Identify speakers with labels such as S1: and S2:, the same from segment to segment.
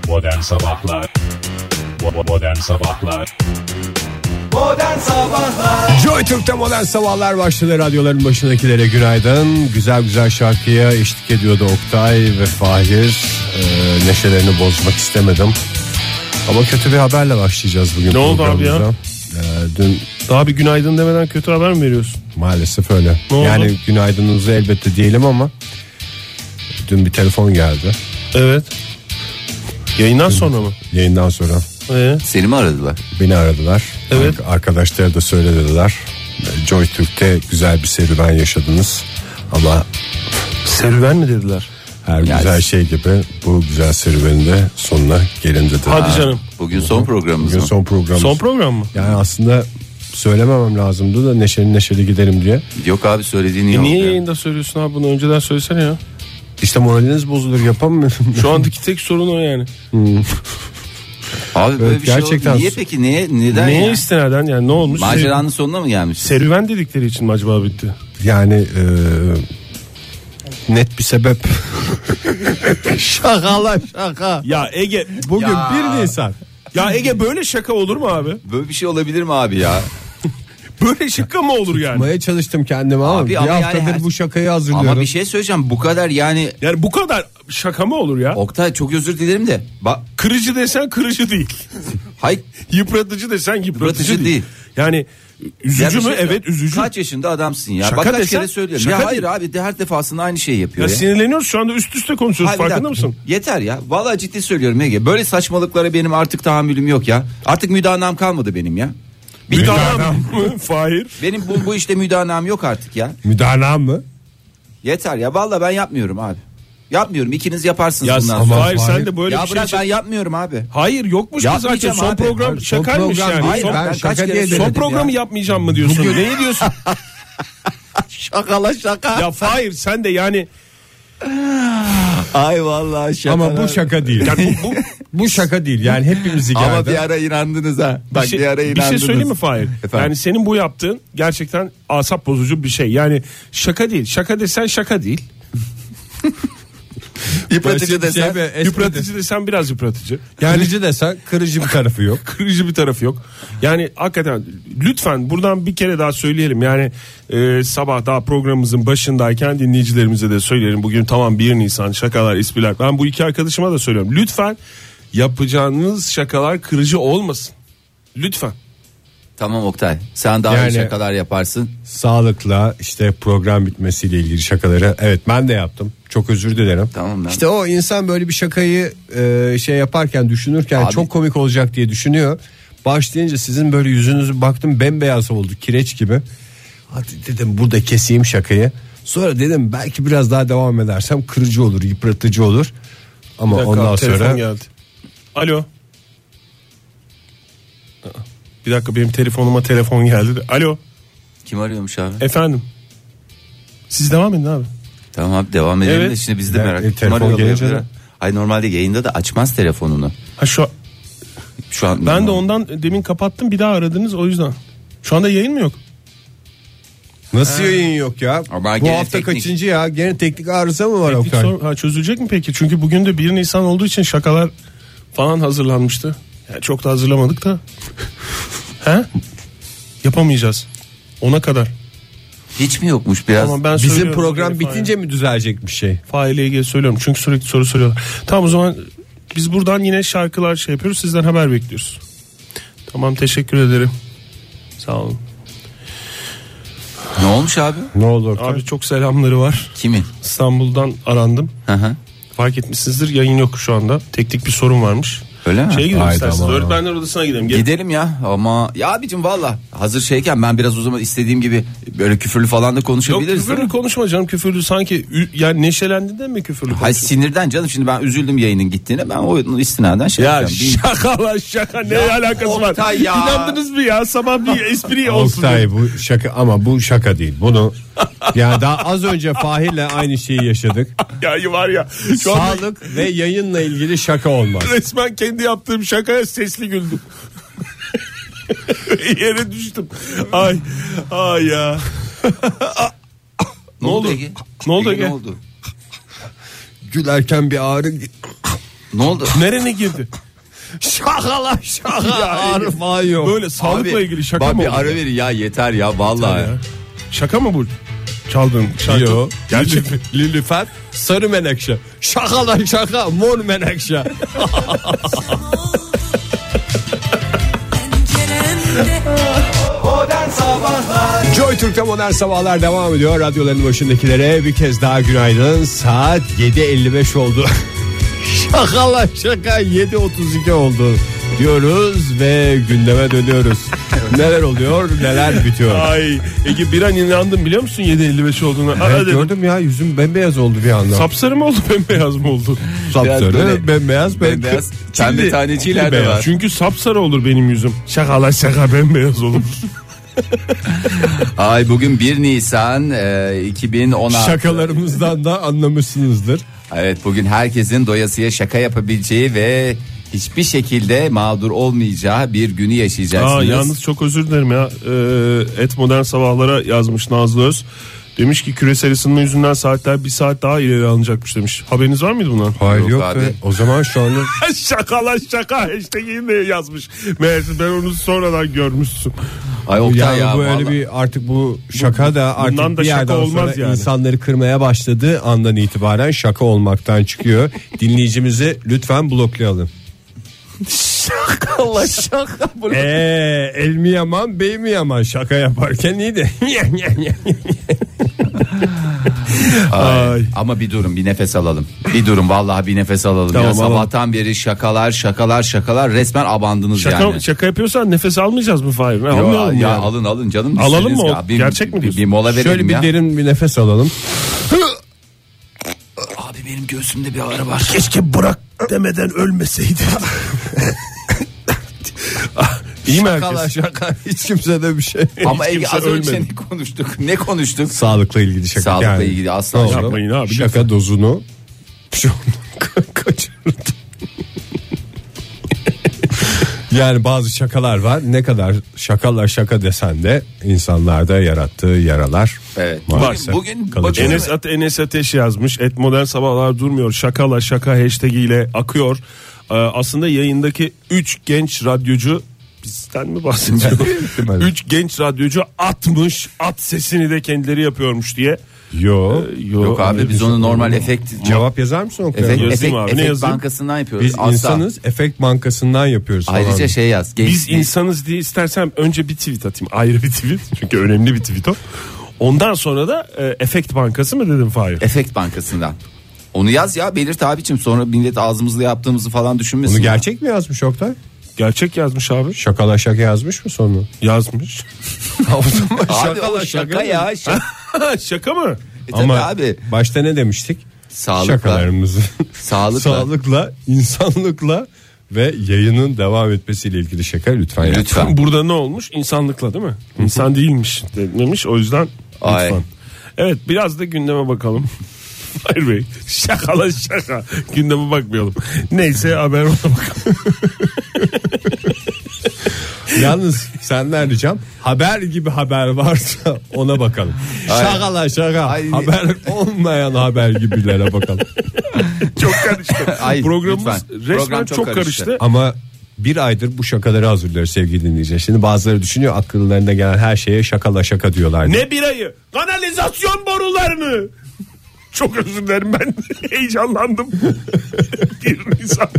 S1: Modern Sabahlar. Modern Sabahlar.
S2: Modern Sabahlar.
S3: Joy Türk'te Modern Sabahlar başladı. Radyoların başındakilere günaydın. Güzel güzel şarkıya eşlik ediyordu Oktay ve Fahir. Neşelerini bozmak istemedim. Ama kötü bir haberle başlayacağız bugün.
S4: Ne oldu abi ya?
S3: Dün
S4: daha bir günaydın demeden kötü haber mi veriyorsun?
S3: maalesef öyle.
S4: Ne
S3: Yani
S4: oldu?
S3: günaydınınızı elbette diyelim ama dün bir telefon geldi.
S4: Evet. Yayından sonra mı?
S3: Yayından sonra
S5: Seni mi aradılar?
S3: beni aradılar.
S4: Evet.
S3: Arkadaşlar da söylediler. Joy Türk'te güzel bir serüven yaşadınız. Ama
S4: Serüven mi dediler?
S3: her
S5: Yani-
S3: güzel şey gibi bu güzel serüvenin de sonuna gelin dediler.
S4: Hadi canım.
S5: Bugün son programımız
S3: Bugün
S5: mı?
S3: son programımız.
S4: Son program mı?
S3: Yani aslında söylememem lazımdı da neşeli giderim diye.
S5: Yok abi, söylediğin iyi oldu.
S4: Niye
S5: ya.
S4: yayında söylüyorsun abi, bunu önceden söylesene ya.
S3: İşte moraliniz bozulur, yapamıyorum.
S4: Şu andaki tek sorun o yani.
S5: Abi böyle
S3: Evet,
S5: bir şey
S3: gerçekten.
S5: oldu. Niye peki? Neden
S4: Neye
S5: ya?
S4: istinaden yani, ne olmuş?
S5: Maceranın sonuna mı gelmiş?
S4: Serüven dedikleri için mi acaba bitti?
S3: Yani net bir sebep. Şaka.
S4: Ya Ege,
S3: Bugün
S5: Ya.
S3: 1 Nisan.
S4: ya Ege, böyle şaka olur mu abi?
S5: Böyle bir şey olabilir mi abi ya?
S4: Böyle şaka mı olur yani?
S3: Tutmaya çalıştım kendimi ama
S5: Abi
S3: bir
S5: ama yani
S3: haftadır
S5: her-
S3: bu şakayı hazırlıyorum.
S5: Ama bir şey söyleyeceğim, bu kadar yani.
S4: Yani bu kadar şaka mı olur ya?
S5: Oktay, çok özür dilerim de.
S4: Kırıcı desen kırıcı değil.
S5: Hay,
S4: Yıpratıcı desen yıpratıcı
S5: Yıpratıcı
S4: değil.
S5: değil.
S4: Yani
S5: ya
S4: üzücü
S5: bir
S4: mü?
S5: şey-
S4: Evet, üzücü.
S5: Kaç yaşında adamsın ya?
S4: Şaka
S5: Bak kaç
S4: desen-
S5: kere söylüyorum.
S4: şaka
S5: Ya hayır
S4: değil.
S5: abi, de her defasında aynı şeyi yapıyor
S4: Ya
S5: ya.
S4: sinirleniyoruz şu anda, üst üste konuşuyoruz,
S5: Hayır, bir
S4: farkında
S5: dakika.
S4: mısın?
S5: Yeter ya. Vallahi ciddi söylüyorum Ege. Böyle saçmalıklara benim artık tahammülüm yok ya. Artık müdanam kalmadı benim ya.
S4: Müdahale mı? Fahir.
S5: Benim bu işte müdanam yok artık ya.
S3: Müdahale mı?
S5: Yeter ya. Vallahi ben yapmıyorum abi. Yapmıyorum. İkiniz yaparsınız
S4: Ya
S5: bundan
S4: ama
S5: sonra.
S4: Fahir, sen de böyle
S5: Ya
S4: bir şey
S5: bırak,
S4: için...
S5: ben yapmıyorum abi.
S4: Hayır, yokmuş ki zaten
S5: Yapmayacağım
S4: son
S5: abi.
S4: program
S3: Hayır, son
S4: şakaymış
S3: program
S4: yani.
S3: değil.
S5: Hayır,
S4: Son,
S5: ben
S3: şaka
S5: kaç
S3: diye
S5: kere
S3: dedim
S4: son
S5: söyledim
S4: programı
S5: ya.
S4: yapmayacağım mı diyorsun? Ne diyorsun?
S5: Şakala şaka.
S4: Ya Fahir, sen de yani...
S5: Ay vallahi şaka.
S3: Ama bu şaka değil.
S4: Yani
S3: Bu şaka değil. Yani hepimizi geldi.
S5: Ama bir ara inandınız ha. Bak bir ara
S4: bir
S5: inandınız.
S4: şey söyleyeyim mi Fahir?
S5: Efendim?
S4: Yani senin bu yaptığın gerçekten asap bozucu bir şey. Yani şaka değil. Şaka desen şaka değil.
S5: Yıpratıcı desen.
S4: Yıpratıcı desen biraz yıpratıcı.
S3: Yani kırıcı desen kırıcı bir tarafı yok.
S4: Kırıcı bir tarafı yok. Yani hakikaten lütfen buradan bir kere daha söyleyelim. Yani sabah daha programımızın başındayken dinleyicilerimize de söyleyelim. Bugün tamam 1 Nisan, şakalar, espriler. Ben bu iki arkadaşıma da söylüyorum. Lütfen yapacağınız şakalar kırıcı olmasın. Lütfen.
S5: Tamam Oktay. Sen daha iyi
S3: Yani-
S5: şakalar yaparsın.
S3: Sağlıkla işte program bitmesiyle ilgili şakaları evet ben de yaptım. Çok özür dilerim.
S5: Tamam lan.
S3: İşte o insan böyle bir şakayı şey yaparken, düşünürken
S5: Abi-
S3: çok komik olacak diye düşünüyor. Başlayınca sizin böyle yüzünüzü baktım bembeyaz oldu, kireç gibi. Hadi dedim burada keseyim şakayı. Sonra dedim belki biraz daha devam edersem kırıcı olur, yıpratıcı olur. Ama
S4: Bir dakika,
S3: ondan
S4: telefon
S3: sonra
S4: geldi. Alo. Bir dakika, benim telefonuma telefon geldi. Alo.
S5: Kim arıyormuş abi?
S4: Efendim. Siz devam edin abi.
S5: Tamam abi, devam edelim
S4: Evet.
S5: de şimdi biz de
S3: Ya,
S5: merak ettik.
S3: telefon gelince de-
S5: Ay normalde yayında da açmaz telefonunu.
S4: Ha
S5: Şu an
S4: ben de ondan demin kapattım, bir daha aradınız o yüzden. Şu anda yayın mı yok?
S3: nasıl yayın yok ya?
S5: Ama
S3: Bu
S5: gene
S3: hafta
S5: teknik.
S3: kaçıncı ya? Gene teknik arıza mı var
S4: Teknik
S3: Oktay?
S4: çözülecek mi peki? Çünkü bugün de 1 Nisan olduğu için şakalar falan hazırlanmıştı. Yani çok da hazırlamadık da. He? Yapamayacağız. Ona kadar.
S5: hiç mi yokmuş biraz?
S4: Ama ben
S3: Bizim
S4: söylüyorum
S3: program
S4: Fahir'e.
S3: bitince mi düzelecek bir şey?
S4: Faile ilgili söylüyorum çünkü sürekli soru soruyorlar. Tamam, o zaman biz buradan yine şarkılar şey yapıyoruz, sizden haber bekliyoruz. Tamam, teşekkür ederim. Sağ olun.
S5: Ne olmuş abi?
S3: Ne oldu Oktay?
S4: Abi çok selamları var.
S5: Kimin?
S4: İstanbul'dan arandım.
S5: Hı hı.
S4: Fark etmişsinizdir, yayın yok şu anda. Teknik bir sorun varmış.
S5: Öyle mi?
S4: Şeye gidelim
S3: Haydi
S4: isterseniz.
S3: ama.
S4: Öğretmenler odasına gidelim. Gel.
S5: Gidelim ya ama ya abicim valla hazır şeyken ben biraz o zaman istediğim gibi böyle küfürlü falan da
S4: Yok,
S5: konuşabiliriz. değil
S4: küfürlü
S5: mi?
S4: konuşma canım, küfürlü sanki yani neşelendiğinden mi küfürlü
S5: Hayır,
S4: konuşuyorsun?
S5: sinirden canım, şimdi ben üzüldüm yayının gittiğine, ben o istinaden şey
S4: Ya
S5: yapacağım.
S4: şaka lan şaka, ne
S5: Ya
S4: alakası var?
S5: Oktay ya.
S4: İnandınız mı ya, sabah bir espri olsun.
S3: Oktay bu şaka ama bu şaka değil. Bunu yani daha az önce Fahir'le aynı şeyi yaşadık.
S4: Ya var ya şu anda
S3: Sağlık ve yayınla ilgili şaka olmaz.
S4: resmen kendi yaptığım şakaya sesli güldüm. Yere düştüm. Ay ya. Ne oldu?
S5: Ege?
S4: Ne oldu
S5: Ege,
S4: Ege?
S5: ne oldu?
S3: Gülerken bir ağrı
S5: Ne oldu?
S4: Nerene girdi?
S3: Şaka ağrı falan yok.
S4: Böyle sağlıkla
S5: Abi,
S4: ilgili şaka
S5: bak
S4: mı
S5: bir
S4: oldu?
S5: ara verin ya, yeter ya vallahi.
S4: Ya. Şaka mı bu? Çaldığın şarkı.
S3: Yo.
S4: Gerçek.
S3: Lüfer sarı menekşe. Şaka mor menekşe.
S2: Modern Sabahlar
S3: Joy Türk'te modern sabahlar devam ediyor. Radyoların başındakilere bir kez daha günaydın. Saat 7.55 oldu. Şaka 7.32 oldu diyoruz ve gündeme dönüyoruz. Neler oluyor, neler bitiyor.
S4: Ay Ege, bir an inandım biliyor musun 7.55 olduğuna.
S3: Evet, gördüm ya, yüzüm bembeyaz oldu bir anda.
S4: Sapsarı mı oldu, bembeyaz mı oldu?
S3: Sapsarı,
S5: böyle
S3: bembeyaz,
S5: bembeyaz, pembe tanecikler de var.
S4: Çünkü sapsarı olur benim yüzüm. Şaka bembeyaz olur.
S5: Ay bugün 1 Nisan 2016.
S3: Şakalarımızdan da anlamışsınızdır.
S5: Evet, bugün herkesin doyasıya şaka yapabileceği ve hiçbir şekilde mağdur olmayacağı bir günü yaşayacaksınız.
S4: Yalnız çok özür dilerim ya. Et Modern Sabahlara yazmış Nazlı Öz. Demiş ki küresel ısınma yüzünden saatler bir saat daha ileri alınacakmış demiş. Haberiniz var mıydı bundan?
S3: Hayır
S5: Yok
S3: yok
S5: abi.
S3: be. O zaman şu anda
S4: Şaka hashtag'ini de yazmış. Meğerse ben onu sonradan görmüşsün.
S5: Ay Oktay
S3: yani
S5: ya
S3: bu öyle
S5: vallahi.
S3: bir artık bu şaka da artık
S4: bundan da
S3: bir
S4: şaka
S3: yerden
S4: olmaz
S3: sonra
S4: yani.
S3: insanları kırmaya başladığı andan itibaren şaka olmaktan çıkıyor. Dinleyicimizi lütfen bloklayalım.
S4: Şaka.
S3: El mi yaman bey mi yaman, şaka yaparken iyi de.
S5: Ay. Ama bir durun, bir nefes alalım. Bir durun, vallahi bir nefes alalım.
S4: Tamam,
S5: ya
S4: alalım.
S5: sabahtan beri şakalar resmen abandınız yani.
S4: Şaka yapıyorsan nefes almayacağız mı Fahir?
S5: Yo,
S4: Almayalım
S5: ya
S4: yani.
S5: alın canım.
S4: Alalım mı o?
S5: Ya.
S4: Gerçek mi diyorsun?
S5: Bir mola verelim
S3: Şöyle bir
S5: ya.
S3: derin bir nefes alalım.
S5: Abi benim göğsümde bir ağrı var.
S4: Keşke bırak demeden ölmeseydi. İyi mi herkes?
S3: Şaka hiç kimsede bir şey.
S5: Ama
S4: Hiç
S5: Ege,
S4: kimse
S5: az önce
S4: ölmedi.
S5: ne konuştuk?
S3: Sağlıkla ilgili şaka.
S5: Sağlıkla ilgili asla
S3: Ne oldu?
S4: yapmayın abi,
S3: Şaka
S4: lütfen.
S3: dozunu şu kaçırdım. Yani bazı şakalar var. Ne kadar şaka desen de insanlarda yarattığı yaralar.
S5: Evet.
S3: Maalesef
S5: Bugün
S3: kalıcı.
S4: Enes Ateş yazmış. Et Modern Sabahlar durmuyor. Şaka hashtag ile akıyor. Aslında yayındaki 3 genç radyocu bizden mi bahsediyor? 3 genç radyocu atmış, at sesini de kendileri yapıyormuş diye.
S5: Yok abi, biz onu normal efekt
S3: Cevap yazar mısın Oktay?
S4: Yazayım abi, ne
S5: efekt
S4: yazayım?
S5: bankasından yapıyoruz.
S3: Biz
S5: Asla.
S3: insanız, efekt bankasından yapıyoruz falan.
S5: Ayrıca şey yaz.
S4: Biz insanız diye istersem önce bir tweet atayım. Ayrı bir tweet. Çünkü önemli bir tweet o. Ondan sonra da efekt bankası mı dedim Fahir?
S5: Efekt bankasından. Onu yaz ya, belirt abicim, sonra millet ağzımızla yaptığımızı falan düşünmesin.
S3: Bunu
S5: ya.
S3: gerçek mi yazmış Oktay?
S4: Gerçek yazmış abi.
S3: Şaka yazmış mı sonunu?
S4: Yazmış.
S5: Abi o şaka ya.
S4: Şaka mı?
S5: Tabii
S3: Ama
S5: abi.
S3: başta ne demiştik?
S5: Sağlıkla.
S3: Şakalarımızı
S5: Sağlıkla.
S3: insanlıkla ve yayının devam etmesiyle ilgili şaka lütfen. yap.
S5: Lütfen.
S4: Burada ne olmuş? İnsanlıkla değil mi? İnsan değilmiş demiş. O yüzden
S5: Ay.
S4: lütfen. Evet, biraz da gündeme bakalım. Hayır Bey, şaka. Gündeme bakmayalım. Neyse, haber ona bakalım.
S3: Yalnız senden ricam haber gibi haber varsa ona bakalım. Şaka.
S5: Ay.
S3: Haber olmayan haber gibilere bakalım.
S4: Çok karıştı.
S5: Ay,
S4: Programımız
S5: lütfen.
S4: resmen
S5: Program
S4: çok
S5: çok
S4: karıştı.
S5: karıştı.
S3: Ama bir aydır bu şakaları hazırlıyoruz sevgili dinleyiciler. Şimdi bazıları düşünüyor, akıllarına gelen her şeye şaka diyorlar.
S4: Ne birayı? Kanalizasyon borularını. Çok özür dilerim, ben heyecanlandım. 1 Nisan.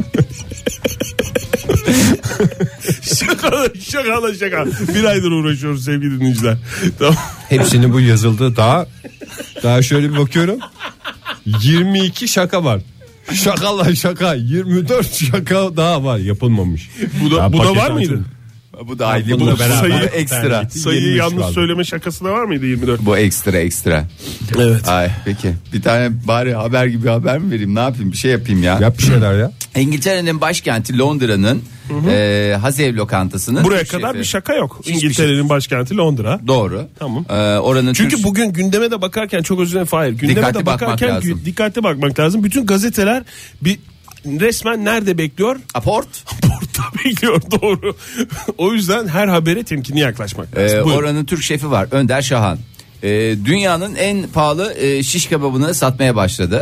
S4: Şaka. Bir aydır uğraşıyoruz sevgili dinleyiciler. Tamam.
S3: Hepsini bu yazıldı. Daha şöyle bir bakıyorum. 22 şaka var. Şaka 24 şaka daha var, yapılmamış.
S4: Bu da
S3: Daha
S4: var
S3: paket
S4: mıydı?
S3: açıldı.
S5: Bu da ayrı.
S3: Bununla
S5: Bu
S3: beraber
S5: sayı ekstra.
S4: Sayıyı
S3: 23
S4: yanlış
S3: kaldı.
S4: söyleme şakası da var mıydı 24?
S5: Bu ekstra.
S4: Evet.
S5: Ay peki. Bir tane bari haber gibi haber mi vereyim? Ne yapayım? Bir şey yapayım ya.
S3: Yap bir şeyler ya.
S5: İngiltere'nin başkenti Londra'nın Hazev lokantasının
S4: Buraya
S5: şefi.
S4: kadar bir şaka yok.
S5: Hiçbir
S4: İngiltere'nin başkenti Londra.
S5: Doğru.
S4: Tamam.
S5: Oranın
S4: Çünkü
S5: Türk-
S4: bugün gündeme de bakarken çok özür dilerim Fahir. Gündeme
S5: Dikkatli
S4: de
S5: bakmak
S4: bakarken
S5: lazım.
S4: dikkatli bakmak lazım. Bütün gazeteler bir resmen nerede bekliyor?
S5: Aport.
S4: Porta bekliyor, doğru. O yüzden her habere temkinli yaklaşmak lazım. Buyurun.
S5: Oranın Türk şefi var, Önder Şahan. Dünyanın en pahalı şiş kebabını satmaya başladı.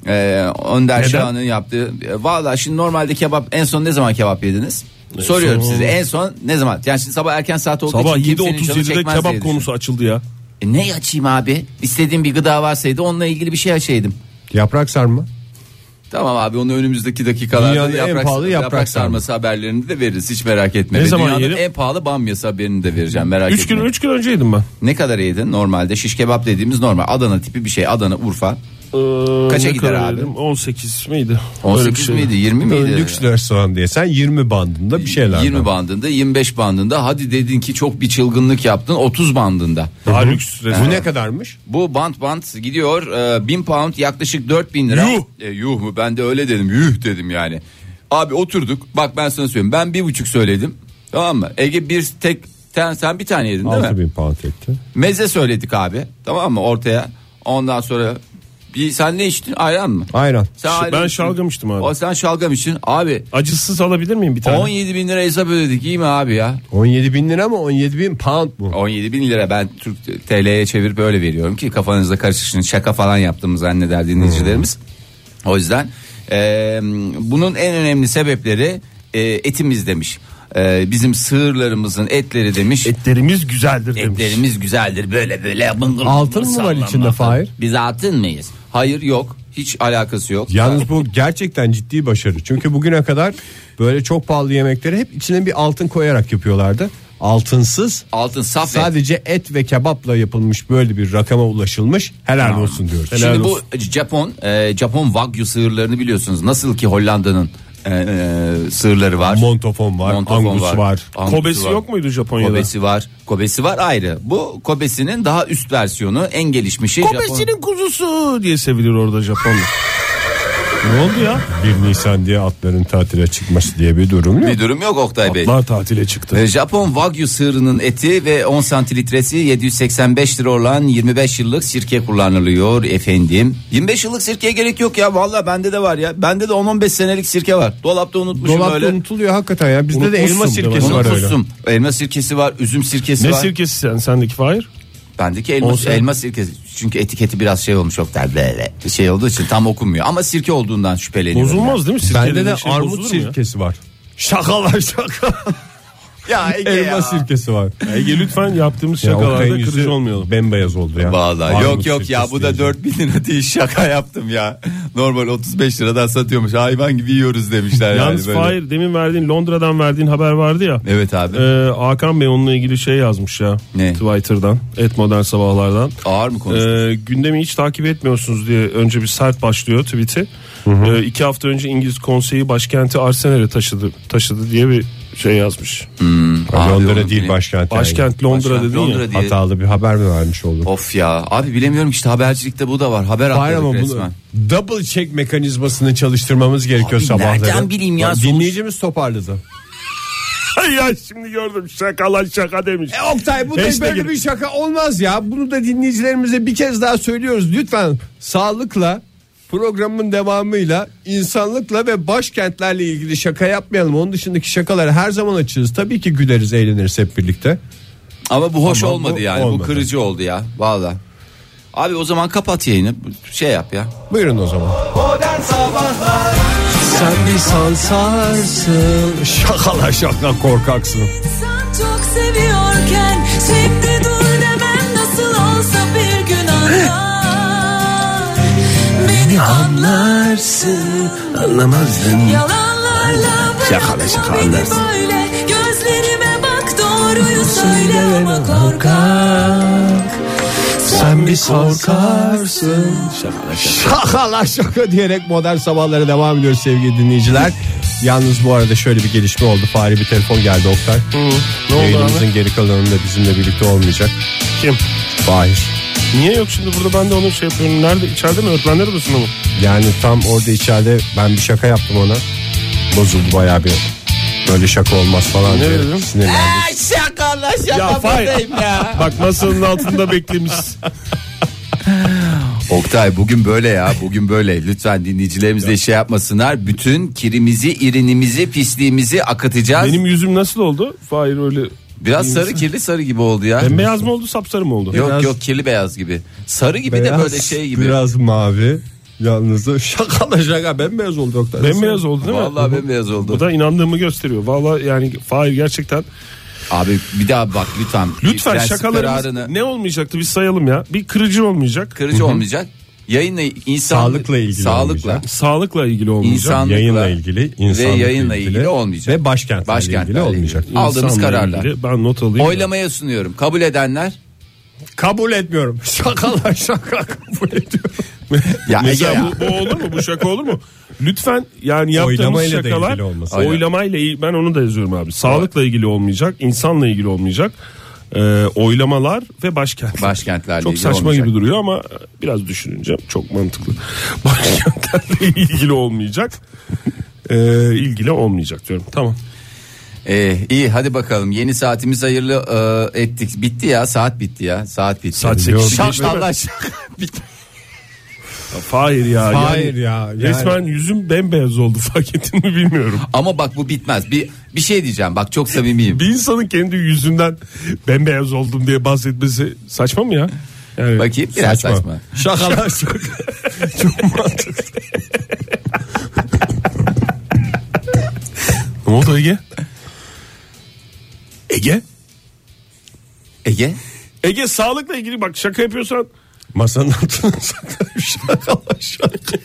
S5: Önder Şahan'ın yaptığı. Valla şimdi normalde kebap, en son ne zaman kebap yediniz? Soruyorum size, en son ne zaman? Yani şimdi sabah erken saat olduğu
S4: sabah
S5: için kimsenin canı
S4: 7.37'de
S5: çekmez
S4: kebap
S5: diye
S4: konusu açıldı ya.
S5: Ne açayım abi? İstediğim bir gıda varsaydı onunla ilgili bir şey açaydım.
S3: Yaprak sarma.
S5: Tamam abi, onu önümüzdeki dakikalarda
S3: Dünyanın en pahalı yaprak
S5: sarması haberlerini de veririz, hiç merak etme.
S4: Ne
S5: Ve
S4: zaman
S5: dünyanın
S4: yiyelim?
S5: en pahalı bamyası haberini de vereceğim, merak
S4: 3
S5: etme.
S4: gün önce yedim ben.
S5: Ne kadar yedin normalde? Şiş kebap dediğimiz normal Adana tipi bir şey, Adana Urfa. Kaça
S4: Ne
S5: gider
S4: kadar
S5: abi?
S4: yedim? 18 miydi?
S5: 18 miydi 20 miydi?
S3: Lüks restoran diye sen 20 bandında bir şeyler.
S5: 20 bandında, 25 bandında, hadi dedin ki çok bir çılgınlık yaptın, 30 bandında.
S4: Daha lüks
S3: Bu
S4: restoran.
S3: ne kadarmış?
S5: Bu bant gidiyor 1000 pound, yaklaşık 4000 lira.
S4: Yuh!
S5: Yuh mu, ben de öyle dedim, yuh dedim yani. Abi oturduk, bak ben sana söyleyeyim, ben 1,5 söyledim, tamam mı? Ege bir tek, sen bir tane yedin değil mi?
S3: 6000 pound etti.
S5: Meze söyledik abi, tamam mı, ortaya. Ondan sonra sen ne içtin, ayran mı?
S3: Ayran.
S5: Sen ayran
S4: Ben
S5: içtin.
S4: şalgam içtim abi.
S5: Sen şalgam için abi,
S4: Acısız alabilir miyim bir tane?
S5: 17 bin lira hesap ödedik, iyi mi abi ya?
S3: 17 bin lira mı 17 bin pound mu?
S5: 17 bin lira ben Türk TL'ye çevirip öyle veriyorum ki kafanızda karışırsın, şaka falan yaptığımı zanneder dinleyicilerimiz. O yüzden bunun en önemli sebepleri etimiz demiş. Bizim sığırlarımızın etleri demiş.
S4: Etlerimiz güzeldir demiş.
S5: Etlerimiz güzeldir, böyle böyle bıngıl
S3: Altın
S5: bıngıl
S3: mı var
S5: sallanma.
S3: içinde Fahir?
S5: Biz altın mıyız? Hayır, yok. Hiç alakası yok.
S3: Yalnız bu gerçekten ciddi başarı. Çünkü bugüne kadar böyle çok pahalı yemekleri hep içine bir altın koyarak yapıyorlardı. Altınsız,
S5: Altın saf et.
S3: sadece et ve kebapla yapılmış böyle bir rakama ulaşılmış. Helal olsun diyoruz.
S5: Şimdi
S3: Helal
S5: bu
S3: olsun.
S5: Japon Wagyu sığırlarını biliyorsunuz. Nasıl ki Hollanda'nın sığırları var.
S3: Montofon var, Angus var.
S5: Angus
S4: Kobesi
S5: var.
S4: yok muydu Japonya'da?
S5: Kobesi var ayrı. Bu Kobesi'nin daha üst versiyonu, en gelişmişi.
S4: Kobesi'nin kuzusu diye sevilir orada Japon'da. Ne oldu ya?
S3: 1 Nisan diye atların tatile çıkması diye bir durum yok.
S5: Bir durum yok Oktay Bey.
S4: Atlar tatile çıktı.
S5: Japon Wagyu sığırının eti ve 10 santilitresi 785 lira olan 25 yıllık sirke kullanılıyor efendim. 25 yıllık sirkeye gerek yok ya, vallahi bende de var ya. Bende de 10-15 senelik sirke var. Dolapta unutmuşum
S3: Dolapta
S5: öyle.
S3: unutuluyor hakikaten ya. Bizde de elma
S4: Unutmuşsun
S3: sirkesi var öyle.
S5: Unutmuşum. Elma sirkesi var, üzüm sirkesi
S4: Ne
S5: var.
S4: sirkesi sendeki Fahir?
S5: Bendeki
S4: Olsa.
S5: elma sirkesi. Çünkü etiketi biraz şey olmuş Oktay, böyle şey olduğu için tam okunmuyor. Ama sirke olduğundan şüpheleniyorum.
S4: Bozulmaz değil mi? Sirke
S3: Bende de
S4: dediğin şey
S3: armut
S4: bozulur mu ya?
S3: sirkesi var. Şakalar şaka.
S5: Ya Ege
S3: Elma
S5: ya.
S3: sirkesi var.
S4: Ege lütfen yaptığımız
S3: Ya
S4: şakalarda
S3: Oktay'ın
S4: kırıcı
S3: yüzü
S4: olmayalım.
S3: bembeyaz oldu ya.
S5: Vallahi
S3: Armut
S5: yok ya,
S3: sirkesi
S5: bu da
S3: diyeceğim.
S5: 4.000 lira değil, şaka yaptım ya. Normal 35 liradan satıyormuş, hayvan gibi yiyoruz demişler.
S4: Yalnız
S5: yani böyle.
S4: Fahir, demin Londra'dan verdiğin haber vardı ya.
S5: Evet abi.
S4: Hakan Bey onunla ilgili şey yazmış ya.
S5: Ne?
S4: Twitter'dan, Modern Sabahlardan.
S5: Ağır mı konuştun?
S4: Gündemi hiç takip etmiyorsunuz diye önce bir sert başlıyor tweet'i. 2 hafta önce İngiliz konseyi başkenti Arsenal'e taşıdı diye bir şey yazmış.
S5: Abi
S3: Londra
S5: oğlum,
S3: değil
S5: benim-
S3: başkent.
S4: Başkent Londra
S5: Başkent
S4: dedin
S5: Londra
S4: ya.
S5: diye.
S3: Hatalı bir haber mi vermiş olduk?
S5: Of ya abi, bilemiyorum işte, habercilikte bu da var. Haber
S3: Hayır ama
S5: atladık
S3: bunu
S5: resmen.
S3: double check mekanizmasını çalıştırmamız gerekiyor
S5: Abi
S3: sabahları.
S5: nereden bileyim ya,
S3: Bak,
S5: sonuç-
S3: dinleyicimiz toparladı.
S4: Ya şimdi gördüm, şakalar şaka demiş.
S3: Oktay bu da
S4: Hashtag
S3: böyle bir şaka olmaz ya. Bunu da dinleyicilerimize bir kez daha söylüyoruz. Lütfen sağlıkla, programın devamıyla, insanlıkla ve başkentlerle ilgili şaka yapmayalım. Onun dışındaki şakaları her zaman açığız. Tabii ki güleriz, eğleniriz hep birlikte.
S5: Ama bu hoş
S3: Ama
S5: olmadı
S3: bu
S5: yani.
S3: olmadı.
S5: Bu kırıcı oldu ya. Valla. Abi o zaman kapat yayını. Şey yap ya.
S3: Buyurun o zaman.
S2: Modern Sabahlar
S3: Sen bir sansarsın. Şakalar şaka korkaksın.
S6: İnsan çok seviyorken şimdi dur demem nasıl olsa bir gün anlar. Beni anlarsın,
S3: Anlamazdın.
S6: yalanlarla bırakma beni böyle. Gözlerime bak, doğruyu söyle ama korkak.
S3: Sen bir korkarsın. Şakalar şaka diyerek modern sabahlara devam ediyoruz sevgili dinleyiciler. Yalnız bu arada şöyle bir gelişme oldu. Fahri bir telefon geldi Oktay.
S4: Ne oldu
S3: Yayınımızın geri kalanında bizimle birlikte olmayacak.
S4: Kim?
S3: Fahir.
S4: Niye yok şimdi burada, ben de onu şey yapıyorum. Nerede? İçeride mi? Öğretmenler odasında mı?
S3: Yani tam orada içeride ben bir şaka yaptım ona. Bozuldu bayağı bir. Böyle şaka olmaz falan.
S4: Ne
S3: diye
S4: dedim?
S3: sinirlendi.
S4: Ya Fahir. Bak masanın altında beklemiş.
S5: Oktay bugün böyle ya, bugün böyle. Lütfen dinleyicilerimiz de şey yapmasınlar. Bütün kirimizi, irinimizi, pisliğimizi akıtacağız.
S4: Benim yüzüm nasıl oldu? Fahir öyle.
S5: Biraz sarı, kirli sarı gibi oldu ya.
S4: Bembeyaz mı oldu, sapsarı mı oldu?
S5: Yok
S3: Biraz-
S5: yok, kirli beyaz gibi. Sarı gibi de böyle şey gibi.
S3: Biraz mavi. Yalnız da şaka bembeyaz oldu Oktay.
S4: Bembeyaz oldu değil mi?
S5: Vallahi bembeyaz oldu.
S4: Bu da inandığımı gösteriyor. Vallahi yani Fahir gerçekten.
S5: Abi bir daha bak lütfen.
S4: Lütfen
S5: Prensip
S4: şakalarımız
S5: kararını-
S4: ne olmayacaktı biz sayalım ya. Bir kırıcı olmayacak.
S5: Kırıcı olmayacak. Yayınla insan
S3: Sağlıkla ilgili olmayacak.
S4: Sağlıkla ilgili olmayacak.
S5: İnsanlıkla
S3: Yayınla ilgili,
S5: ve
S3: insanlıkla
S5: yayınla ilgili olmayacak.
S3: Ve başkentlerle ilgili olmayacak.
S5: Aldığımız
S4: İnsanla
S5: kararlar.
S4: ilgili ben not alayım.
S5: Oylamaya sunuyorum. Kabul edenler.
S3: Kabul etmiyorum. Şaka kabul ediyorum.
S5: Ya
S4: Mesela
S5: Ege ya.
S4: bu olur mu? Bu şaka olur mu? Lütfen yani yaptığımız
S3: Oylamayla da
S4: şakalar
S3: ilgili olmasın.
S4: oylamayla ben onu da yazıyorum abi. Sağlıkla ilgili olmayacak, insanla ilgili olmayacak. Oylamalar ve başkentlerle
S5: Çok
S4: ilgili
S5: saçma
S4: olmayacak.
S5: gibi
S4: duruyor ama biraz düşününce çok mantıklı. Başkentlerle ilgili olmayacak. İlgili olmayacak diyorum. Tamam.
S5: İyi hadi bakalım. Yeni saatimiz hayırlı ettik. Bitti ya. Saat bitti ya. Saat bitti.
S4: Saat 8'i
S5: Şak
S4: geçti mi?
S5: Allah şak. Bitti.
S4: Hayır ya.
S3: Hayır ya.
S4: Resmen yüzüm bembeyaz oldu, fark ettin mi bilmiyorum.
S5: Ama bak bu bitmez. Bir şey diyeceğim. Bak çok samimiyim.
S4: Bir insanın kendi yüzünden bembeyaz oldum diye bahsetmesi saçma mı ya? Yani
S5: Bakayım biraz saçma.
S3: Şakalar çok mantıklı.
S4: Ne oldu Ege? Ege? Ege sağlıkla ilgili bak şaka yapıyorsan.
S3: Masanın altına saklanıp şaka.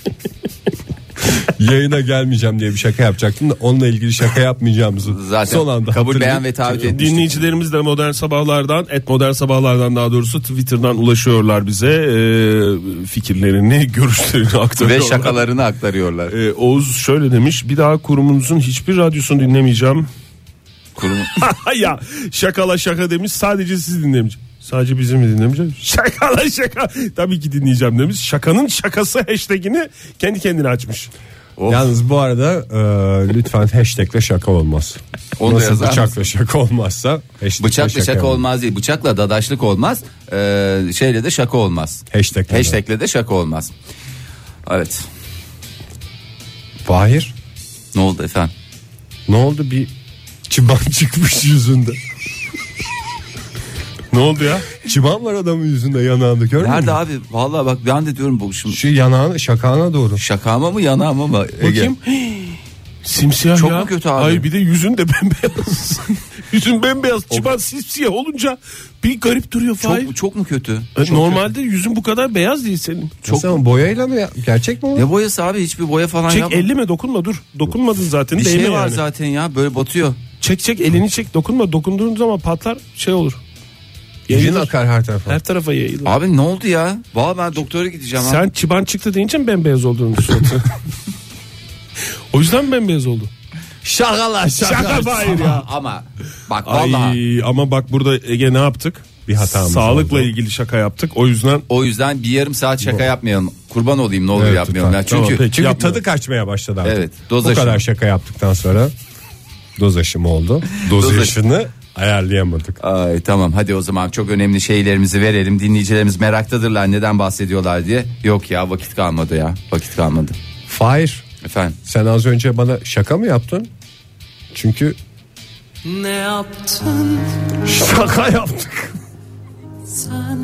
S3: Yayına gelmeyeceğim diye bir şaka yapacaktım da onunla ilgili şaka yapmayacağımızı
S5: Zaten
S3: son anda
S5: kabul
S3: hatırlayıp-
S5: beyan ve taahhüt etmiştik.
S4: Dinleyicilerimiz de Modern Sabahlar'dan, Modern Sabahlar'dan daha doğrusu Twitter'dan ulaşıyorlar bize. Fikirlerini, görüşlerini aktarıyorlar.
S5: Ve şakalarını aktarıyorlar.
S4: Oğuz şöyle demiş: bir daha kurumunuzun hiçbir radyosunu dinlemeyeceğim.
S5: Kurum.
S4: Ya şaka demiş, sadece sizi dinlemeyeceğim. Sadece bizi mi dinlemeyeceğim? Şaka. Tabii ki dinleyeceğim demiş. Şakanın şakası hashtagini kendi kendine açmış.
S5: Of.
S3: Yalnız bu arada lütfen hashtagle şaka olmaz.
S5: Onu da
S3: Nasıl
S5: yazar
S3: bıçakla şaka olmazsa hashtagle
S5: Bıçakla şaka olmaz değil. Bıçakla dadaşlık olmaz. Şeyle de şaka olmaz. Hashtagle de şaka olmaz. Evet.
S3: Fahir
S5: Ne oldu efendim?
S3: ne oldu, bir çıban çıkmış yüzünde.
S4: Ne oldu ya?
S3: Çıban var adamın yüzünde, yanağında, görmüyor
S5: Nerede
S3: musun?
S5: abi? Vallahi bak ben de diyorum bu şimdi
S3: Şu yanağına, şakağına doğru.
S5: şakama mı yanağıma mı?
S4: Bakayım. Simsiyah
S5: Çok
S4: ya.
S5: mu kötü abi?
S4: Hayır, bir de yüzün de bembeyaz. Yüzün bembeyaz, çıban simsiyah olunca bir garip duruyor Fahir.
S5: Çok mu kötü?
S4: Normalde yüzün bu kadar beyaz değil senin.
S3: Çok ama boyayla mı ya? Gerçek mi o?
S5: Ne boyası abi? Hiçbir boya falan
S4: Çek,
S5: yapma.
S4: elleme, dokunma, dur. Dokunmadın zaten.
S5: Bir
S4: değme
S5: şey var
S4: yani.
S5: zaten ya böyle batıyor.
S4: Çek elini çek, dokunma. Dokunduğun zaman patlar, şey olur.
S3: Elin
S4: Yayılır.
S3: akar her tarafa.
S4: Her tarafa yayılır.
S5: Abi ne oldu ya? Vallahi ben doktora gideceğim ha.
S4: Sen çıban çıktı deyince mi bembeyaz olduğunu düşünüyorsun? O yüzden mi bembeyaz oldu?
S3: Şaka
S4: Fahir ya.
S5: Ama bak vallahi
S4: Ay, ama bak burada Ege ne yaptık?
S3: Bir hatamız
S4: Sağlıkla
S3: oldu.
S4: ilgili şaka yaptık. O yüzden
S5: o yüzden bir yarım saat şaka yapmayalım. Kurban olayım ne olur
S3: Evet,
S5: yapmayalım.
S3: lütfen.
S5: Ya. Çünkü
S4: Tamam, peki.
S3: Çünkü
S4: Yapmıyorum.
S3: tadı kaçmaya başladı artık.
S5: Evet,
S3: Bu
S5: doz
S3: kadar
S5: aşımı.
S3: şaka yaptıktan sonra doz aşımı oldu. Doz aşını ayarlayamadık.
S5: Ay, tamam hadi o zaman çok önemli şeylerimizi verelim. Dinleyicilerimiz meraktadırlar neden bahsediyorlar diye. Yok ya vakit kalmadı ya. Vakit kalmadı.
S3: Fahir,
S5: Efendim.
S3: sen az önce bana şaka mı yaptın? Çünkü
S6: Ne yaptın
S3: şaka yaptık.
S6: sen?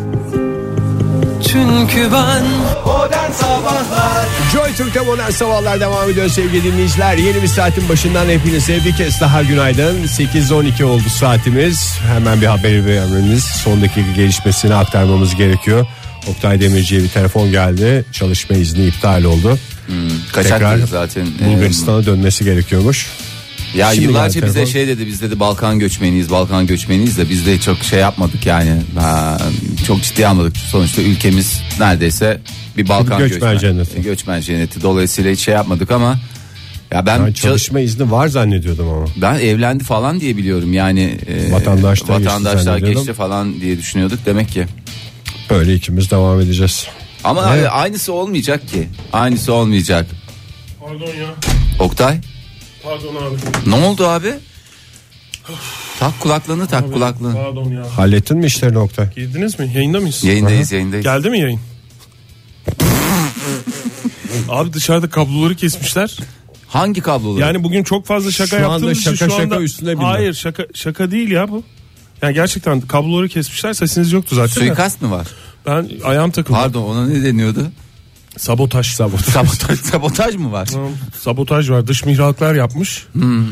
S6: Çünkü ben
S2: Modern Sabahlar
S3: Joy Türk'te Modern Sabahlar devam ediyor sevgili dinleyiciler. Yeni bir saatin başından hepinize bir kez daha günaydın. 8:12 oldu saatimiz. Hemen bir haberi vermemiz, son dakika gelişmesini aktarmamız gerekiyor. Oktay Demirci'ye bir telefon geldi. Çalışma izni iptal oldu.
S5: Kaçak
S3: Tekrar
S5: dedi zaten.
S3: Bulgaristan'a dönmesi gerekiyormuş.
S5: Ya
S3: Şimdi
S5: yıllarca
S3: geldi
S5: bize
S3: telefon.
S5: şey dedi, biz dedi Balkan göçmeniyiz de biz de çok şey yapmadık yani. Çok ciddi almadık. Sonuçta ülkemiz neredeyse bir Balkan
S3: Göçmen cenneti.
S5: Göçmen cenneti. Dolayısıyla hiç şey yapmadık ama ya
S3: Ben çalışma izni var zannediyordum ama.
S5: ben evlendi falan diye biliyorum yani.
S3: Vatandaşlığa geçti
S5: vatandaşlığa
S3: zannediyordum.
S5: geçti falan diye düşünüyorduk demek ki.
S3: Öyle ikimiz devam edeceğiz.
S5: Ama
S3: Evet.
S5: aynısı olmayacak ki. Aynısı olmayacak.
S4: Pardon ya.
S5: Oktay
S4: Pardon abi.
S5: ne oldu abi? Tak kulaklığını tak kulaklığını.
S4: Pardon ya.
S3: Hallettin mi işlerini Oktay?
S4: Girdiniz mi? Yayında mıyız?
S5: Yayındayız.
S4: Geldi mi yayın? Abi dışarıda kabloları kesmişler.
S5: Hangi kabloları?
S4: Yani bugün çok fazla şaka
S3: Şu anda
S4: yaptığımız için
S3: şaka
S4: şu anda...
S3: üstüne bindi.
S4: Hayır, şaka değil ya bu. Yani gerçekten kabloları kesmişler, sesiniz yoktu zaten. de.
S5: Suikast mı var?
S4: Ben ayağım takıldı.
S5: Pardon ona ne deniyordu?
S4: Sabotaj.
S5: Sabotaj mı var?
S4: Sabotaj var. Dış mihraklar yapmış.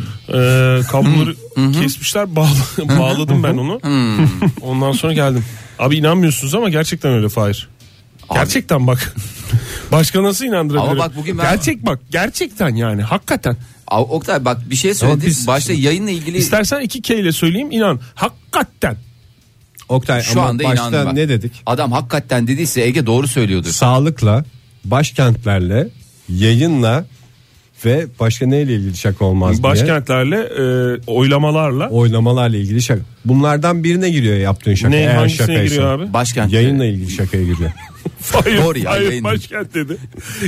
S4: Kabloları kesmişler. Bağladım ben onu. Ondan sonra geldim. Abi inanmıyorsunuz ama gerçekten öyle Fahir. Gerçekten bak. Başka nasıl inandırabilirim?
S5: Ama bak bugün
S4: gerçekten yani hakikaten.
S5: Oktay bak bir şey söyledim. Başta yayınla ilgili.
S4: İstersen 2K ile söyleyeyim, inan. Hakikaten.
S3: Oktay
S5: Şu
S3: ama
S5: anda
S3: başta
S5: inandım
S3: ne dedik?
S5: Adam hakikaten dediyse Ege doğru söylüyordur.
S3: Sağlıkla, başkentlerle, yayınla ve başka neyle ilgili şaka olmaz diye.
S4: Başkentlerle, oylamalarla.
S3: Oylamalarla ilgili şaka. Bunlardan birine giriyor yaptığın şaka.
S4: Ne,
S3: eğer
S4: hangisine
S3: şakaysa.
S4: giriyor abi?
S5: Başkent.
S3: Yayınla ilgili şakaya giriyor.
S5: Doğru ya,
S4: Hayır,
S5: yayın.
S4: başkent dedi.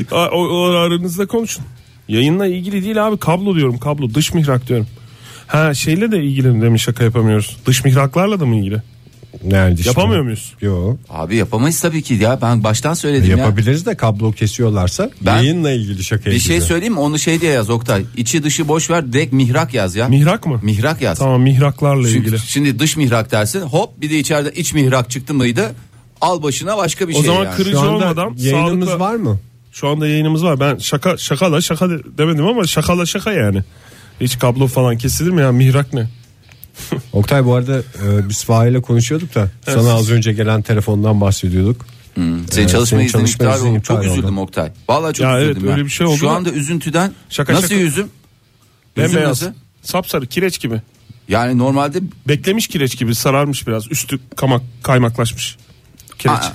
S4: O aranızda konuşun. Yayınla ilgili değil abi, kablo diyorum, kablo, dış mihrak diyorum. Ha, şeyle de ilgili demin şaka yapamıyoruz. Dış mihraklarla da mı ilgili?
S3: Nerede
S4: Yapamıyor muyuz?
S3: Yok.
S5: Abi yapamayız tabii ki ya, ben baştan söyledim ya.
S3: Yapabiliriz de kablo kesiyorlarsa yayınla ilgili şakaya
S5: Bir şey
S3: giriyor.
S5: söyleyeyim mi? Onu şey diye yaz Oktay. İçi dışı boş ver, direkt mihrak yaz ya.
S4: Mihrak mı?
S5: Mihrak yaz.
S4: Tamam, mihraklarla
S5: Çünkü
S4: ilgili.
S5: şimdi dış mihrak dersin, hop bir de içeride iç mihrak çıktı mıydı? Al başına başka bir
S4: O
S5: şey
S4: zaman
S5: yani.
S4: kırıcı
S3: Şu anda
S4: olmadan
S3: yayınımız
S4: sağlıkla...
S3: var mı?
S4: Şu anda yayınımız var. Ben şaka demedim ama şaka yani. Hiç kablo falan kesilir mi ya? Mihrak ne?
S3: Oktay bu arada biz Fahir'le konuşuyorduk da sana az önce gelen telefondan bahsediyorduk.
S5: Senin çalışma izni iptal oldu.
S3: iptal
S5: Çok üzüldüm
S3: oldu.
S5: Oktay. Vallahi çok
S4: Ya
S5: üzüldüm
S4: evet, öyle bir şey oldu
S5: Şu
S4: da-
S5: anda üzüntüden
S4: Şaka.
S5: nasıl yüzüm? Yüzüm
S4: Bembeyaz.
S5: nasıl?
S4: Sapsarı, kireç gibi.
S5: Yani normalde
S4: Beklemiş kireç gibi, sararmış biraz. Üstü kaymaklaşmış. Kireç.
S5: Aa.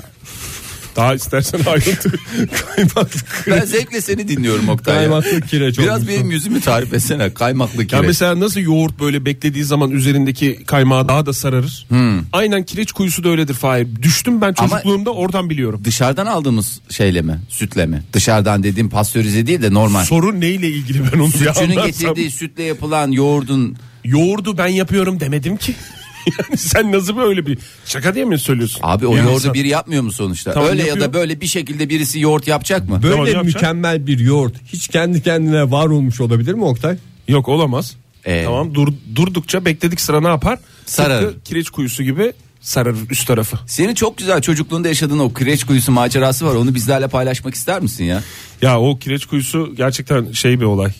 S4: Daha istersen ayrıntı. Kaymaklı kireç.
S5: ben zevkle seni dinliyorum Oktay. ya.
S3: Kaymaklı kireç
S5: Biraz
S3: olmuş.
S5: benim yüzümü tarif etsene. Kaymaklı
S4: Ya
S5: kireç.
S4: mesela nasıl yoğurt böyle beklediği zaman üzerindeki kaymağı daha da sararır. Aynen kireç kuyusu da öyledir Fahir. Düştüm ben çocukluğumda, oradan biliyorum.
S5: Dışarıdan aldığımız şeyle mi? Sütle mi? Dışarıdan dediğim pastörize değil de normal.
S4: Sorun neyle ilgili, ben onu bir
S5: Sütçünün
S4: anlatsam.
S5: getirdiği sütle yapılan yoğurdun.
S4: Yoğurdu ben yapıyorum demedim ki. Yani sen nasıl böyle bir şaka diye mi söylüyorsun?
S5: Abi o
S4: Yani
S5: yoğurdu
S4: sen-
S5: biri yapmıyor mu sonuçta?
S4: Tamam,
S5: Öyle ya
S4: yapıyor.
S5: da böyle bir şekilde birisi yoğurt yapacak mı?
S3: Böyle
S4: Tamam, yapacak.
S3: mükemmel bir yoğurt hiç kendi kendine var olmuş olabilir mi Oktay?
S4: Yok, olamaz. Tamam, durdukça bekledik sıra ne yapar?
S5: Sararır.
S4: Tıpkı kireç kuyusu gibi sararır üst tarafı.
S5: Senin çok güzel çocukluğunda yaşadığın o kireç kuyusu macerası var. Onu bizlerle paylaşmak ister misin ya?
S4: Ya o kireç kuyusu gerçekten şey bir olay.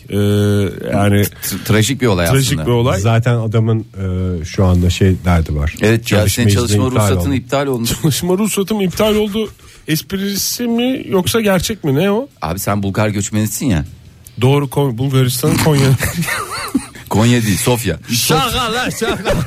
S4: Yani
S5: Trajik bir olay
S4: trajik
S5: aslında.
S4: bir olay.
S3: Zaten adamın şu anda derdi var.
S5: Evet ya, senin
S3: izni
S5: çalışma
S3: iptal
S5: ruhsatın
S3: oldu.
S5: iptal olmuş.
S4: Çalışma ruhsatım iptal oldu. Esprisi mi yoksa gerçek mi, ne o?
S5: Abi sen Bulgar göçmenisin ya.
S4: Doğru, Bulgaristan, Konya.
S5: Konya değil, Sofya.
S3: Şaka lan şaka.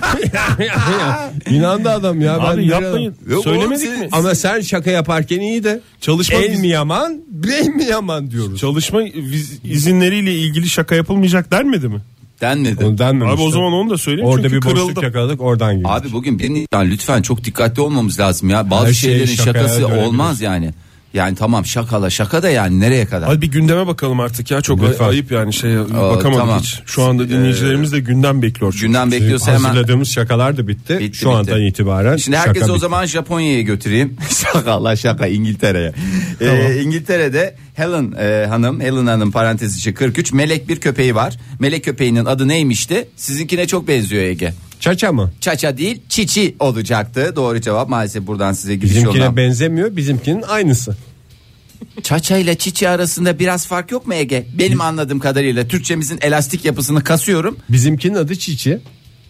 S3: İnandı adam ya.
S4: Abi
S3: ben
S4: yapmayın.
S5: Yok
S4: Söylemedik
S5: oğlum,
S4: mi?
S3: Ama sen şaka yaparken iyi de
S4: Çalışma
S3: el mi yaman bey mi yaman diyoruz.
S4: Çalışma izinleriyle ilgili şaka yapılmayacak denmedi mi?
S5: Denmedi.
S3: Onu denmemiş.
S4: Abi o zaman onu da söyleyeyim,
S3: Orada
S4: çünkü
S3: bir boşluk
S4: kırıldım.
S3: yakaladık oradan girdik.
S5: Abi bugün lütfen çok dikkatli olmamız lazım ya. Bazı
S3: Her şey
S5: şeylerin
S3: şakaya
S5: şakası
S3: dönebilir.
S5: olmaz yani. Yani tamam şaka da yani nereye kadar?
S4: Hadi bir gündeme bakalım artık ya, çok
S3: Lütfen.
S4: ayıp yani bakamadık
S5: tamam.
S4: hiç. Şu anda dinleyicilerimiz de gündem bekliyor. çünkü.
S5: Günden bekliyorsa hemen.
S3: Hazırladığımız şakalar da bitti.
S5: Bitti,
S3: Şu andan itibaren
S5: Şimdi
S3: şaka
S5: herkesi o
S3: bitti.
S5: zaman Japonya'ya götüreyim. şaka İngiltere'ye. İngiltere'de Helen Hanım parantez içi 43 melek bir köpeği var. Melek köpeğinin adı neymişti? Sizinkine çok benziyor Ege.
S3: Çaça mı?
S5: Çaça değil Çiçi olacaktı. Doğru cevap maalesef buradan size giriş
S3: Bizimkine
S5: yoldan.
S3: benzemiyor, bizimkinin aynısı.
S5: Çaça ile Çiçi arasında biraz fark yok mu Ege? Benim anladığım kadarıyla Türkçemizin elastik yapısını kasıyorum.
S3: Bizimkinin adı Çiçi.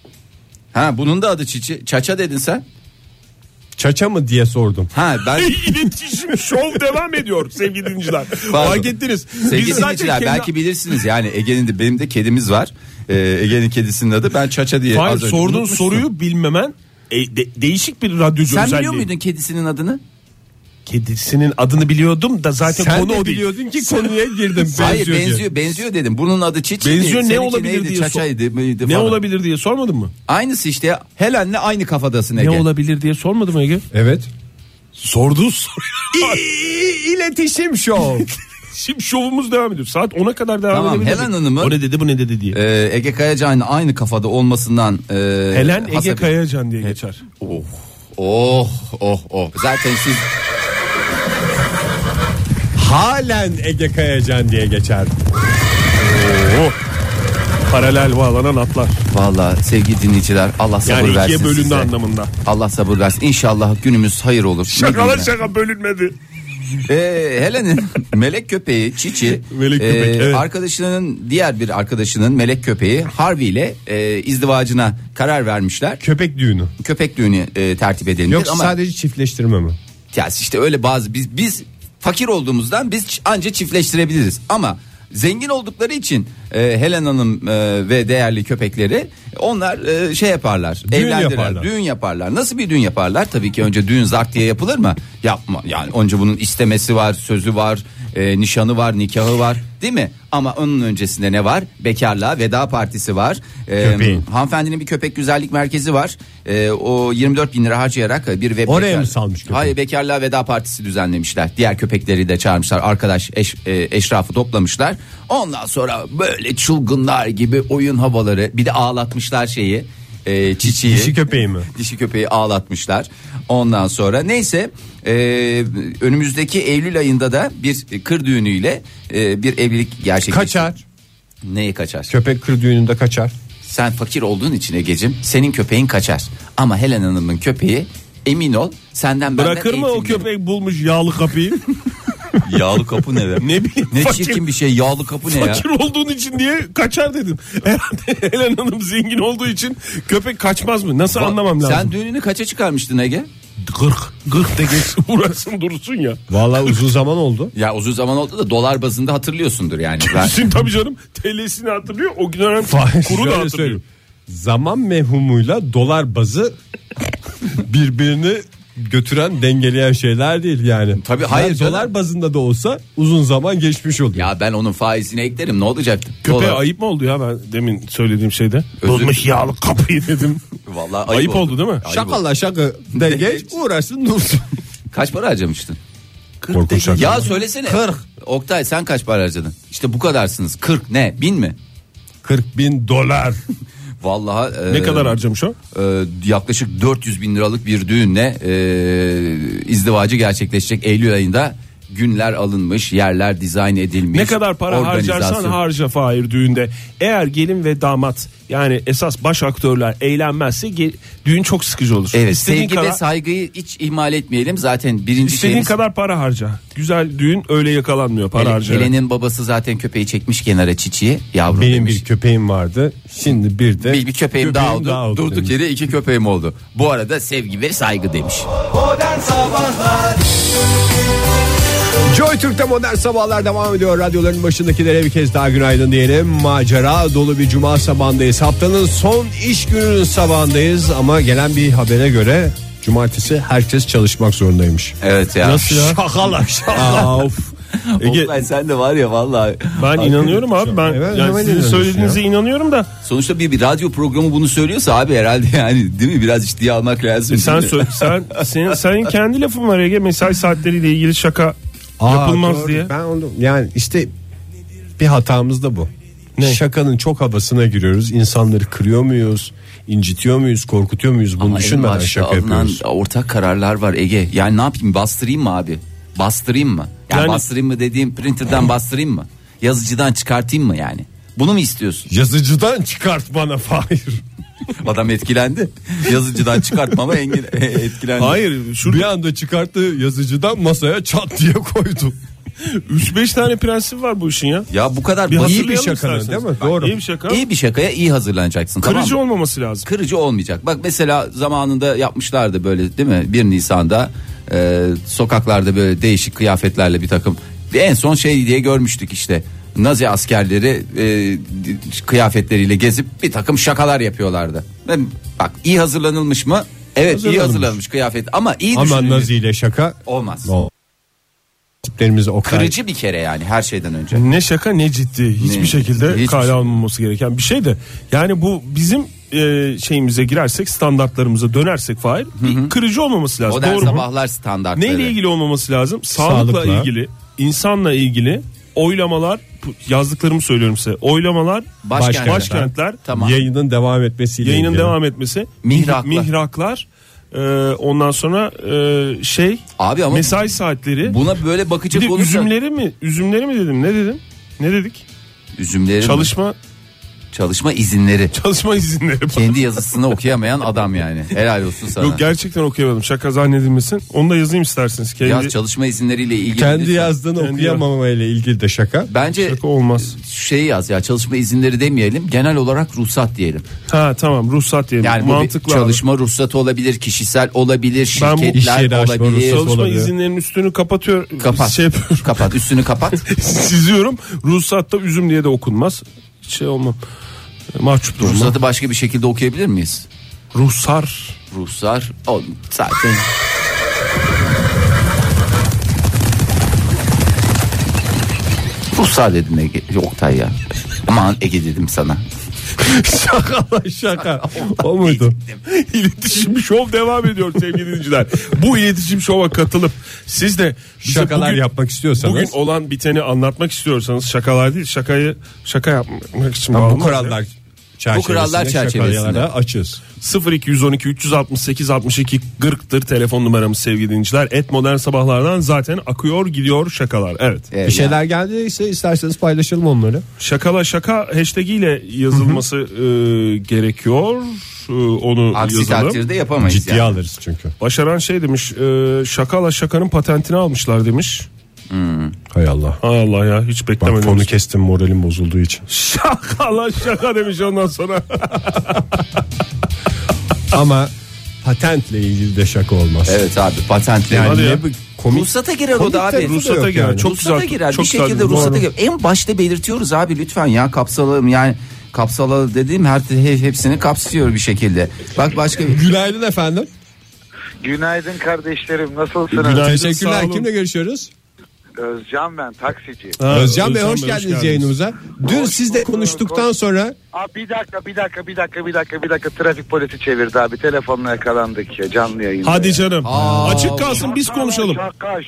S5: Ha bunun da adı Çiçi. Çaça dedin sen.
S3: Çaça mı diye sordum.
S5: Ha ben
S4: İletişim şov devam ediyor sevgili dinleyiciler.
S5: Pardon.
S4: Fark ettiniz.
S5: sevgili
S4: Biz zaten
S5: dinleyiciler
S4: kendi-
S5: belki bilirsiniz yani Ege'nin de benim de kedimiz var. Ege'nin kedisinin adı ben Çaça diye
S4: Hayır,
S5: az önce
S4: sorduğun
S5: unutmuştum.
S4: soruyu bilmemen değişik bir radyocu
S5: Sen
S4: özelliği.
S5: biliyor muydun kedisinin adını?
S4: Kedisinin adını biliyordum da zaten
S3: Sen
S4: konu
S3: de
S4: o değil.
S3: biliyordun ki konuya girdim.
S5: Hayır
S3: diye.
S5: benziyor dedim. Bunun adı Çiçi.
S4: Benziyor, ne
S5: Seninki
S4: olabilir
S5: neydi?
S4: diye
S5: Çaçaydı mıydı
S4: Ne
S5: falan.
S4: olabilir diye sormadın mı?
S5: Aynısı işte ya. Helen'le aynı kafadasın Ege.
S4: Ne olabilir diye sormadım mı Ege?
S3: Evet.
S4: Sorduğun soruya.
S3: İletişim şov.
S4: Şimdi şovumuz devam ediyor. Saat 10'a kadar devam
S5: Tamam,
S4: edebilir.
S5: Helen Hanım'ın-
S4: O ne dedi, bu ne dedi diye.
S5: Ege Kayacan'la aynı kafada olmasından
S4: Helen Ege
S5: hasebi-
S4: Kayacan diye geçer.
S5: Oh. Zaten siz
S3: Halen Ege Kayacan diye geçer.
S4: Paralel bağlanan atlar.
S5: vallahi sevgili dinleyiciler Allah sabır
S4: Yani
S5: versin
S4: ikiye bölündü
S5: size.
S4: anlamında.
S5: Allah sabır versin. İnşallah günümüz hayır olur. Ne
S4: Şakalar
S5: diyeyim ben?
S4: şaka bölünmedi.
S5: Helen'in melek köpeği Çiçi,
S4: Melek köpek, evet.
S5: diğer bir arkadaşının melek köpeği Harvey ile izdivacına karar vermişler.
S3: Köpek düğünü.
S5: Köpek düğünü tertip edelim.
S3: Yoksa
S5: ama
S3: sadece çiftleştirme mi?
S5: ya işte öyle bazı biz fakir olduğumuzdan biz anca çiftleştirebiliriz ama zengin oldukları için Helen Hanım ve değerli köpekleri onlar şey yaparlar, evlendirirler, düğün yaparlar. Nasıl bir düğün yaparlar? Tabii ki önce düğün zart diye yapılır mı? Yapma. Yani önce bunun istemesi var, sözü var, nişanı var, nikahı var, değil mi? Ama onun öncesinde ne var? Bekarlığa veda partisi var. Hanımefendinin bir köpek güzellik merkezi var. O 24 bin lira harcayarak bir web
S3: oraya mı salmış köpeği?
S5: Hayır, bekarlığa veda partisi düzenlemişler. Diğer köpekleri de çağırmışlar. Arkadaş eşrafı toplamışlar. Ondan sonra böyle çılgınlar gibi oyun havaları, bir de ağlatmışlar şeyi. Çiçeği.
S3: Dişi köpeği mi?
S5: Dişi köpeği ağlatmışlar. Ondan sonra neyse önümüzdeki Eylül ayında da bir kır düğünüyle bir evlilik gerçekleşecek.
S3: Kaçar.
S5: Neye kaçar?
S3: Köpek kır düğününde kaçar.
S5: Sen fakir olduğun için Egeciğim, senin köpeğin kaçar. Ama Helen Hanım'ın köpeği, emin ol, senden benden
S4: Bırakır mı o köpek bulmuş yağlı kapıyı?
S5: Yağlı kapı ne be?
S4: Ne bileyim.
S5: Ne
S4: fakir,
S5: çirkin bir şey, yağlı kapı ne ya?
S4: Fakir olduğun için diye kaçar dedim. Herhalde Helen Hanım zengin olduğu için köpek kaçmaz mı? Nasıl anlamam lazım?
S5: Sen düğününü kaça çıkarmıştın Ege?
S4: 40 de geç uğraşsın dursun ya.
S3: Vallahi uzun zaman oldu.
S5: Ya uzun zaman oldu da dolar bazında hatırlıyorsundur yani.
S4: Şimdi tabii canım, TL'sini hatırlıyor, o dönem kuru da hatırlıyor.
S3: Zaman mevhumuyla dolar bazı birbirini götüren, dengeleyen şeyler değil yani.
S5: Tabii, hayır
S3: yani
S5: canım.
S3: dolar bazında da olsa uzun zaman geçmiş oluyor.
S5: Ya ben onun faizini eklerim, ne olacaktı?
S4: Köpeğe ayıp mı oldu ya, ben demin söylediğim şeyde? Bulmuş yağlı kapıyı dedim.
S5: Vallahi
S4: ayıp oldu değil mi?
S3: Şakalla şaka de geç, uğraşsın dursun.
S5: Kaç para harcamıştın?
S3: Korkunç şaka.
S5: Ya söylesene. 40. Oktay, sen kaç para harcadın? İşte bu kadarsınız. 40 ne? 1000 mi?
S3: 40.000 dolar.
S5: Vallahi
S4: ne kadar harcamış o?
S5: Yaklaşık 400 bin liralık bir düğünle izdivacı gerçekleşecek Eylül ayında. Günler alınmış, yerler dizayn edilmiş.
S4: Ne kadar para harcarsan harca Fahir düğünde. Eğer gelin ve damat, yani esas baş aktörler eğlenmezse düğün çok sıkıcı olur.
S5: Evet,
S4: İstediğin
S5: sevgi
S4: kadar,
S5: ve saygıyı hiç ihmal etmeyelim. Zaten birinci
S4: İstediğin
S5: şeyimiz...
S4: kadar para harca. Güzel düğün öyle yakalanmıyor, para harcayarak.
S5: Helen'in babası zaten köpeği çekmiş kenara, Çiçiği. Yavrum
S3: Benim
S5: demiş.
S3: bir köpeğim vardı. Şimdi bir de
S5: bir köpeğim daha oldu. Durduk
S3: demiş.
S5: yere 2 köpeğim oldu. Bu arada sevgi ve saygı demiş.
S2: Modern Sabahlar.
S3: Joy Türk'te modern sabahlar devam ediyor. Radyoların başındakilere bir kez daha günaydın diyelim. Macera dolu bir cuma sabahındayız. Haftanın son iş gününün sabahındayız. Ama gelen bir habere göre cumartesi herkes çalışmak zorundaymış.
S5: Evet ya.
S4: Nasıl ya?
S3: Şakalar şakalar.
S4: Of. Ege,
S5: Oktay, sen de var ya vallahi.
S4: ben inanıyorum abi. Ben
S3: Evet,
S4: yani sizin söylediğinize inanıyorum da.
S5: Sonuçta bir radyo programı bunu söylüyorsa abi herhalde yani, değil mi? Biraz ciddiye almak lazım.
S4: Senin kendi lafın var Ege, mesai saatleriyle ilgili şaka yapılmaz
S3: doğru.
S4: diye.
S3: Ben onu, yani işte bir hatamız da bu.
S4: Ne?
S3: Şakanın çok havasına giriyoruz. İnsanları kırıyor muyuz? İncitiyor muyuz? Korkutuyor muyuz? Bunu
S5: Ama en
S3: düşünmeden
S5: başta
S3: şaka
S5: alınan
S3: yapıyoruz.
S5: ortak kararlar var Ege. Yani ne yapayım, bastırayım mı abi? Bastırayım mı? Yani bastırayım mı dediğim, printer'dan bastırayım mı? Yazıcıdan çıkartayım mı yani? Bunu mu istiyorsun?
S3: Yazıcıdan çıkart bana Fahir.
S5: Adam etkilendi. Yazıcıdan çıkartmama etkilendi.
S4: Hayır,
S3: Bir anda çıkarttı yazıcıdan, masaya çat diye koydu.
S4: 3-5 tane prensip var bu işin ya.
S5: Ya bu kadar
S4: Bir
S5: basit
S3: iyi bir
S4: hatırlayalım
S3: şakanın
S4: isterseniz.
S3: değil mi?
S4: Bak,
S3: Doğru.
S4: İyi bir şaka.
S5: İyi bir şakaya iyi hazırlanacaksın.
S4: Kırıcı
S5: tamam mı?
S4: olmaması lazım.
S5: Kırıcı olmayacak. Bak mesela zamanında yapmışlardı böyle, değil mi? 1 Nisan'da sokaklarda böyle değişik kıyafetlerle bir takım. En son şey diye görmüştük işte. Nazi askerleri kıyafetleriyle gezip bir takım şakalar yapıyorlardı. Bak, iyi hazırlanılmış mı? Evet, iyi hazırlanmış kıyafet ama iyi
S3: Ama
S5: düşünülmüş.
S3: Nazi ile şaka
S5: Olmaz.
S3: no. Tiplerimizi o kadar.
S5: Kırıcı bir kere yani, her şeyden önce.
S4: Ne şaka ne ciddi, hiçbir şekilde
S5: hiçbir
S4: kale
S5: şey.
S4: alınmaması gereken bir şey de. Yani bu bizim şeyimize girersek, standartlarımıza dönersek Fahir, bir kırıcı olmaması lazım.
S5: Modern
S4: Doğru mu?
S5: sabahlar standartları.
S4: Neyle ilgili olmaması lazım? Sağlıkla ilgili, insanla ilgili, oylamalar, yazdıklarımı söylüyorum size. Oylamalar, başkentler,
S5: Tamam.
S3: Yayının devam etmesiyle
S4: yayının
S3: ilgili.
S4: devam etmesi,
S5: Mihraklar.
S4: ondan sonra
S5: Abi ama
S4: mesai saatleri.
S5: buna böyle
S4: Bir
S5: bakacak
S4: de
S5: olursak
S4: üzümleri mi dedim? Ne dedim? Ne dedik?
S5: üzümleri
S4: Çalışma
S5: Çalışma izinleri.
S4: Çalışma izinleri.
S5: Kendi yazısını okuyamayan adam yani. Helal olsun sana.
S4: Yok, gerçekten okuyamadım. Şaka zannedilmesin. Onu da yazayım isterseniz.
S5: Yaz, çalışma izinleriyle ilgili.
S3: Kendi
S5: lütfen.
S3: yazdığını okuyamamayla ilgili de şaka.
S5: Bence
S4: Şaka olmaz.
S5: şey yaz ya, çalışma izinleri demeyelim. Genel olarak ruhsat diyelim.
S4: Ha tamam, ruhsat diyelim.
S5: Yani bu bir
S4: mantıklı abi.
S5: çalışma ruhsatı olabilir, kişisel olabilir,
S4: Ben bu
S3: iş
S5: şirketler
S3: yeri açma
S5: olabilir.
S3: ruhsatı
S4: Çalışma
S3: olabilir.
S4: izinlerinin üstünü kapatıyor.
S5: Kapat.
S4: Şey yapıyorum.
S5: Kapat, üstünü kapat.
S4: Çiziyorum. Ruhsatta üzüm diye de okunmaz. Şey olmam. Mahcup durmam.
S5: Ruhsatı başka bir şekilde okuyabilir miyiz?
S4: Ruhsar.
S5: Ruhsar o zaten. Ruhsar dedim Ege, Oktay ya. Aman Ege dedim sana.
S3: Şaka. O muydu?
S4: İletişim şov devam ediyor sevgili dinleyiciler. Bu iletişim şova katılıp siz de bize
S3: Şakalar yapmak istiyorsanız.
S4: bugün olan biteni anlatmak istiyorsanız, şakalar değil, şaka yapmak için
S3: Bu
S4: bağlanmak.
S3: kurallar çerçevesinde şakalara açız.
S4: 0212 368 62 40'tır telefon numaramız sevgili dinleyiciler. Modern sabahlardan zaten akıyor gidiyor şakalar. Evet.
S3: Bir şeyler geldiyse isterseniz paylaşalım onları.
S4: Şakala şaka hashtag ile yazılması gerekiyor. Onu
S5: Aksi
S4: yazalım.
S5: takdirde yapamayız.
S3: Ciddiye
S5: yani.
S3: alırız çünkü.
S4: Başaran şey demiş, şakala şakanın patentini almışlar demiş.
S3: Hay Allah.
S4: Hay Allah ya, hiç
S3: Bak
S4: beklemedim.
S3: fonu kestim moralim bozulduğu için.
S4: Şakala şaka demiş ondan sonra.
S3: Ama patentle ilgili de şaka olmaz.
S5: Evet abi, patentle.
S3: Yani
S4: Hadi ya.
S3: ne bu komik.
S5: Ruhsata girer o
S3: komik
S5: da abi.
S3: tarafı da
S4: Ruhsata
S3: yok
S4: girer.
S3: yani.
S4: Çok
S5: Ruhsata
S4: güzel.
S5: girer.
S4: Çok
S5: Bir şekilde
S4: güzel.
S5: ruhsata
S4: Doğru.
S5: girer. En başta belirtiyoruz abi lütfen ya, kapsalım yani. Kapsala dediğim hepsini kapsıyor bir şekilde. Bak başka bir...
S3: Günaydın efendim.
S7: Günaydın kardeşlerim, nasılsınız?
S4: Günaydın. Sağ
S3: Teşekkürler.
S4: olun.
S3: Kimle görüşüyoruz?
S7: Özcan ben, taksici.
S3: Özcan Bey hoş geldiniz yayınımıza. Dün sizle konuştuktan sonra
S7: Abi bir dakika trafik polisi çevirdi abi, telefonla yakalandık ya, canlı yayında.
S4: Hadi canım. Açık kalsın, biz konuşalım.
S7: Şaka.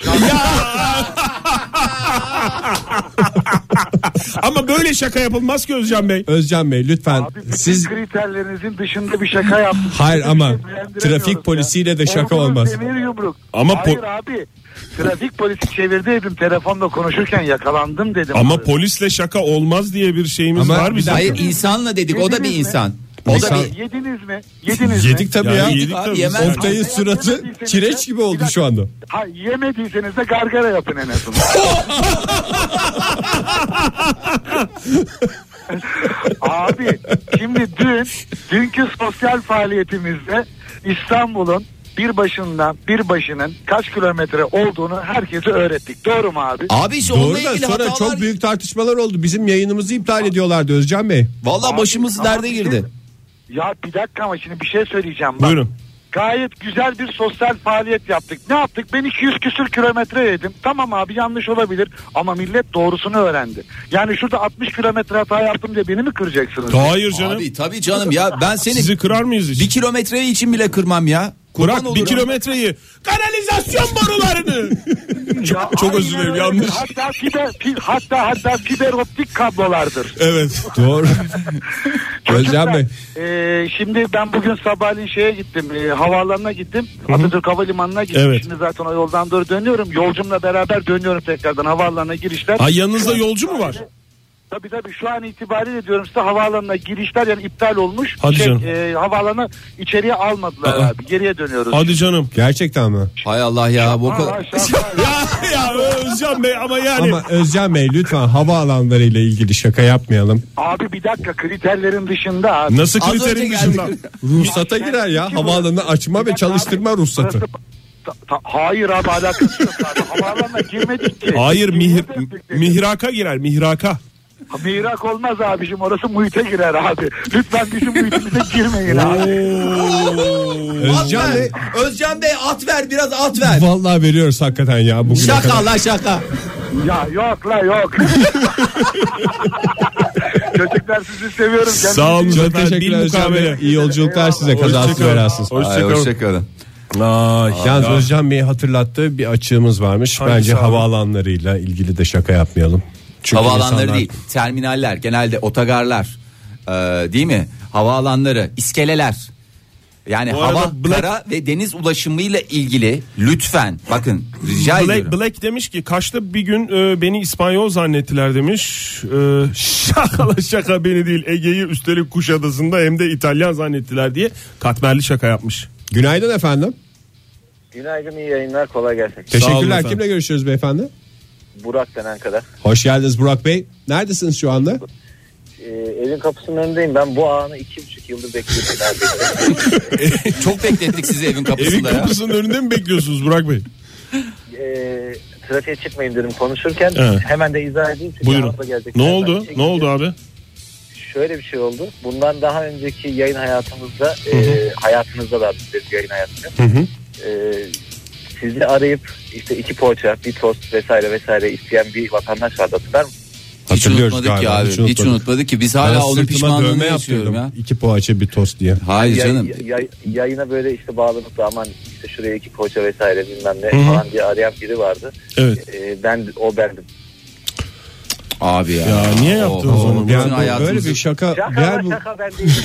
S4: Ama böyle şaka yapılmaz ki Özcan Bey.
S3: Özcan Bey lütfen
S7: Abi bütün
S3: siz
S7: kriterlerinizin dışında bir şaka yaptım.
S3: hayır
S7: Sizi
S3: ama
S7: bir şey beğendiremiyoruz
S3: trafik
S7: ya.
S3: polisiyle de şaka
S7: Oğlum,
S3: olmaz.
S7: demir yumruk.
S4: Ama
S7: Hayır abi. Trafik polisi çevirdi dedim, telefonla konuşurken yakalandım dedim.
S4: Ama
S7: abi.
S4: polisle şaka olmaz diye bir şeyimiz
S3: Ama
S4: var bizim.
S5: Hayır, insanla dedik, o da bir
S7: Yediniz mi?
S5: insan. O da
S3: İnsan-
S5: bir...
S7: Yediniz mi? Yediniz mi?
S3: Yedik tabii
S4: Yani
S3: ya.
S4: yedik
S5: abi,
S4: tabii.
S5: yemez.
S3: Oktay'ın suratı kireç gibi oldu şu anda.
S7: Ha, yemediyseniz de gargara yapın en azından. Abi şimdi dünkü sosyal faaliyetimizde İstanbul'un bir başının kaç kilometre olduğunu herkese öğrettik. Doğru mu abi?
S5: Abi işte
S3: Doğru
S5: onunla
S3: da
S5: ilgili
S3: sonra
S5: hatalar...
S3: çok büyük tartışmalar oldu. Bizim yayınımızı iptal ediyorlardı Özcan Bey.
S5: Vallahi başımız
S7: Abi,
S5: derde girdi.
S7: Ya bir dakika ama şimdi bir şey söyleyeceğim. Bak,
S4: Buyurun.
S7: gayet güzel bir sosyal faaliyet yaptık. Ne yaptık? Ben 200 küsür kilometre yedim. Tamam abi, yanlış olabilir ama millet doğrusunu öğrendi. Yani şurada 60 kilometre hata yaptım diye beni mi kıracaksınız?
S4: Hayır canım.
S5: Abi tabii canım ya, ben seni
S4: Sizi kırar mıyız hiç?
S5: 1 kilometre için bile kırmam ya. Kurban
S4: Bırak 1
S5: olurum.
S4: kilometreyi. Kanalizasyon borularını.
S7: Ya,
S4: Çok özür
S7: aynen
S4: dilerim,
S7: öyle.
S4: yanlış.
S7: Hatta fiber optik kablolardır.
S4: Evet.
S3: Doğru. Özcan Bey.
S7: Şimdi ben bugün sabahleyin şeye gittim, havaalanına gittim. Atatürk Havalimanı'na gittim.
S4: Evet.
S7: Şimdi zaten o yoldan doğru dönüyorum. Yolcumla beraber dönüyorum tekrardan havaalanına girişler.
S4: Ay, yanınızda yolcu mu var?
S7: Tabii şu an itibariyle diyorum size, havaalanına girişler yani iptal olmuş.
S4: Hadi canım.
S7: Havaalanı içeriye almadılar abi. Geriye dönüyoruz.
S4: Hadi canım.
S3: Gerçekten mi?
S5: Hay Allah ya, bu kadar.
S4: Ya Özcan Bey ama yani.
S3: Ama Özcan Bey lütfen havaalanları ile ilgili şaka yapmayalım.
S7: Abi bir dakika, kriterlerin dışında abi.
S4: Nasıl
S5: Az önce
S4: kriterin
S5: geldik.
S4: dışında?
S3: Ruhsata girer ya. Havaalanı açma ve çalıştırma ruhsatı.
S7: Hayır abi, alakası yok abi. Havaalanına girmedik ki.
S4: Hayır,
S7: Girmedik dedim.
S4: mihraka girer, mihraka.
S7: Mihrak olmaz abicim, orası muhite girer abi. Lütfen bizim muhitimize girmeyin abi.
S3: Özcan Bey.
S5: Özcan Bey at ver, biraz at ver.
S3: Vallahi veriyoruz hakikaten ya. Bugüne
S5: Şaka
S3: kadar.
S5: la şaka.
S7: Ya yok la yok. Çocuklar sizi seviyorum.
S4: Sağ olun.
S3: Çok
S4: efendim.
S3: teşekkürler Özcan Bey.
S4: Bilmukabele.
S3: İyi yolculuklar size. Kazasız
S4: Hoşçakalın.
S3: belasız.
S4: Hoşçakalın.
S5: Hoşçakalın.
S3: Yalnız Özcan Bey'i hatırlattığı bir açığımız varmış.
S4: Hangisi
S3: Bence
S4: abi?
S3: havaalanlarıyla ilgili de şaka yapmayalım. Çünkü
S5: Havaalanları
S3: insanlar-
S5: değil, terminaller, genelde otogarlar, değil mi? Havaalanları, iskeleler. Yani
S4: Bu
S5: hava,
S4: arada Black-
S5: kara ve deniz ulaşımıyla ilgili lütfen bakın rica ediyorum.
S4: Black demiş ki Kaş'ta bir gün beni İspanyol zannettiler demiş. Şaka beni değil, Ege'yi üstelik Kuşadası'nda hem de İtalyan zannettiler diye katmerli şaka yapmış.
S3: Günaydın efendim.
S8: Günaydın, iyi yayınlar, kolay gelsin.
S4: Sağ olun
S3: Teşekkürler.
S4: efendim.
S3: Kimle görüşüyoruz beyefendi?
S8: Burak denen kadar.
S3: Hoş geldiniz Burak Bey. Neredesiniz şu anda?
S8: Evin kapısının önündeyim. Ben bu anı 2,5 yıldır bekliyorum neredeyse.
S5: Çok beklettik sizi evin
S4: Evin
S5: kapısında ya.
S4: kapısının önünde mi bekliyorsunuz Burak Bey?
S8: Trafiğe çıkmayayım dedim konuşurken.
S4: Evet.
S8: Hemen de izah edeyim. Çünkü
S4: Buyurun.
S8: araba gelecek.
S4: Ne
S8: Hemen
S4: oldu?
S8: çekeceğim.
S4: Ne oldu abi?
S8: Şöyle bir şey oldu. Bundan daha önceki yayın hayatımızda hayatınızda da benim yayın hayatımda sizi arayıp işte 2 poğaça, bir tost vesaire isteyen bir vatandaş vardı, hatırlar mısın?
S5: Hiç
S3: Hatırlıyoruz
S5: unutmadık ki
S3: galiba,
S5: abi.
S3: hiç
S5: Hiç
S3: unutmadık.
S5: unutmadık ki. Biz
S3: Ben
S5: hala onun
S3: sırtıma
S5: pişmanlığını
S3: dövme
S5: yaşıyorum ya.
S3: yaptırdım. 2 poğaça bir tost diye.
S5: Hayır canım.
S8: Yayına böyle işte bağlanıp da aman işte şuraya 2 poğaça vesaire bilmem ne falan diye arayan biri vardı.
S4: Evet.
S8: Bendim.
S5: Abi ya.
S4: Ya niye yaptınız
S5: Oo,
S4: onu?
S5: bütün
S3: Yani böyle
S5: hayatımızı-
S3: bir şaka.
S8: Şaka
S3: bu...
S8: şaka ben değilim.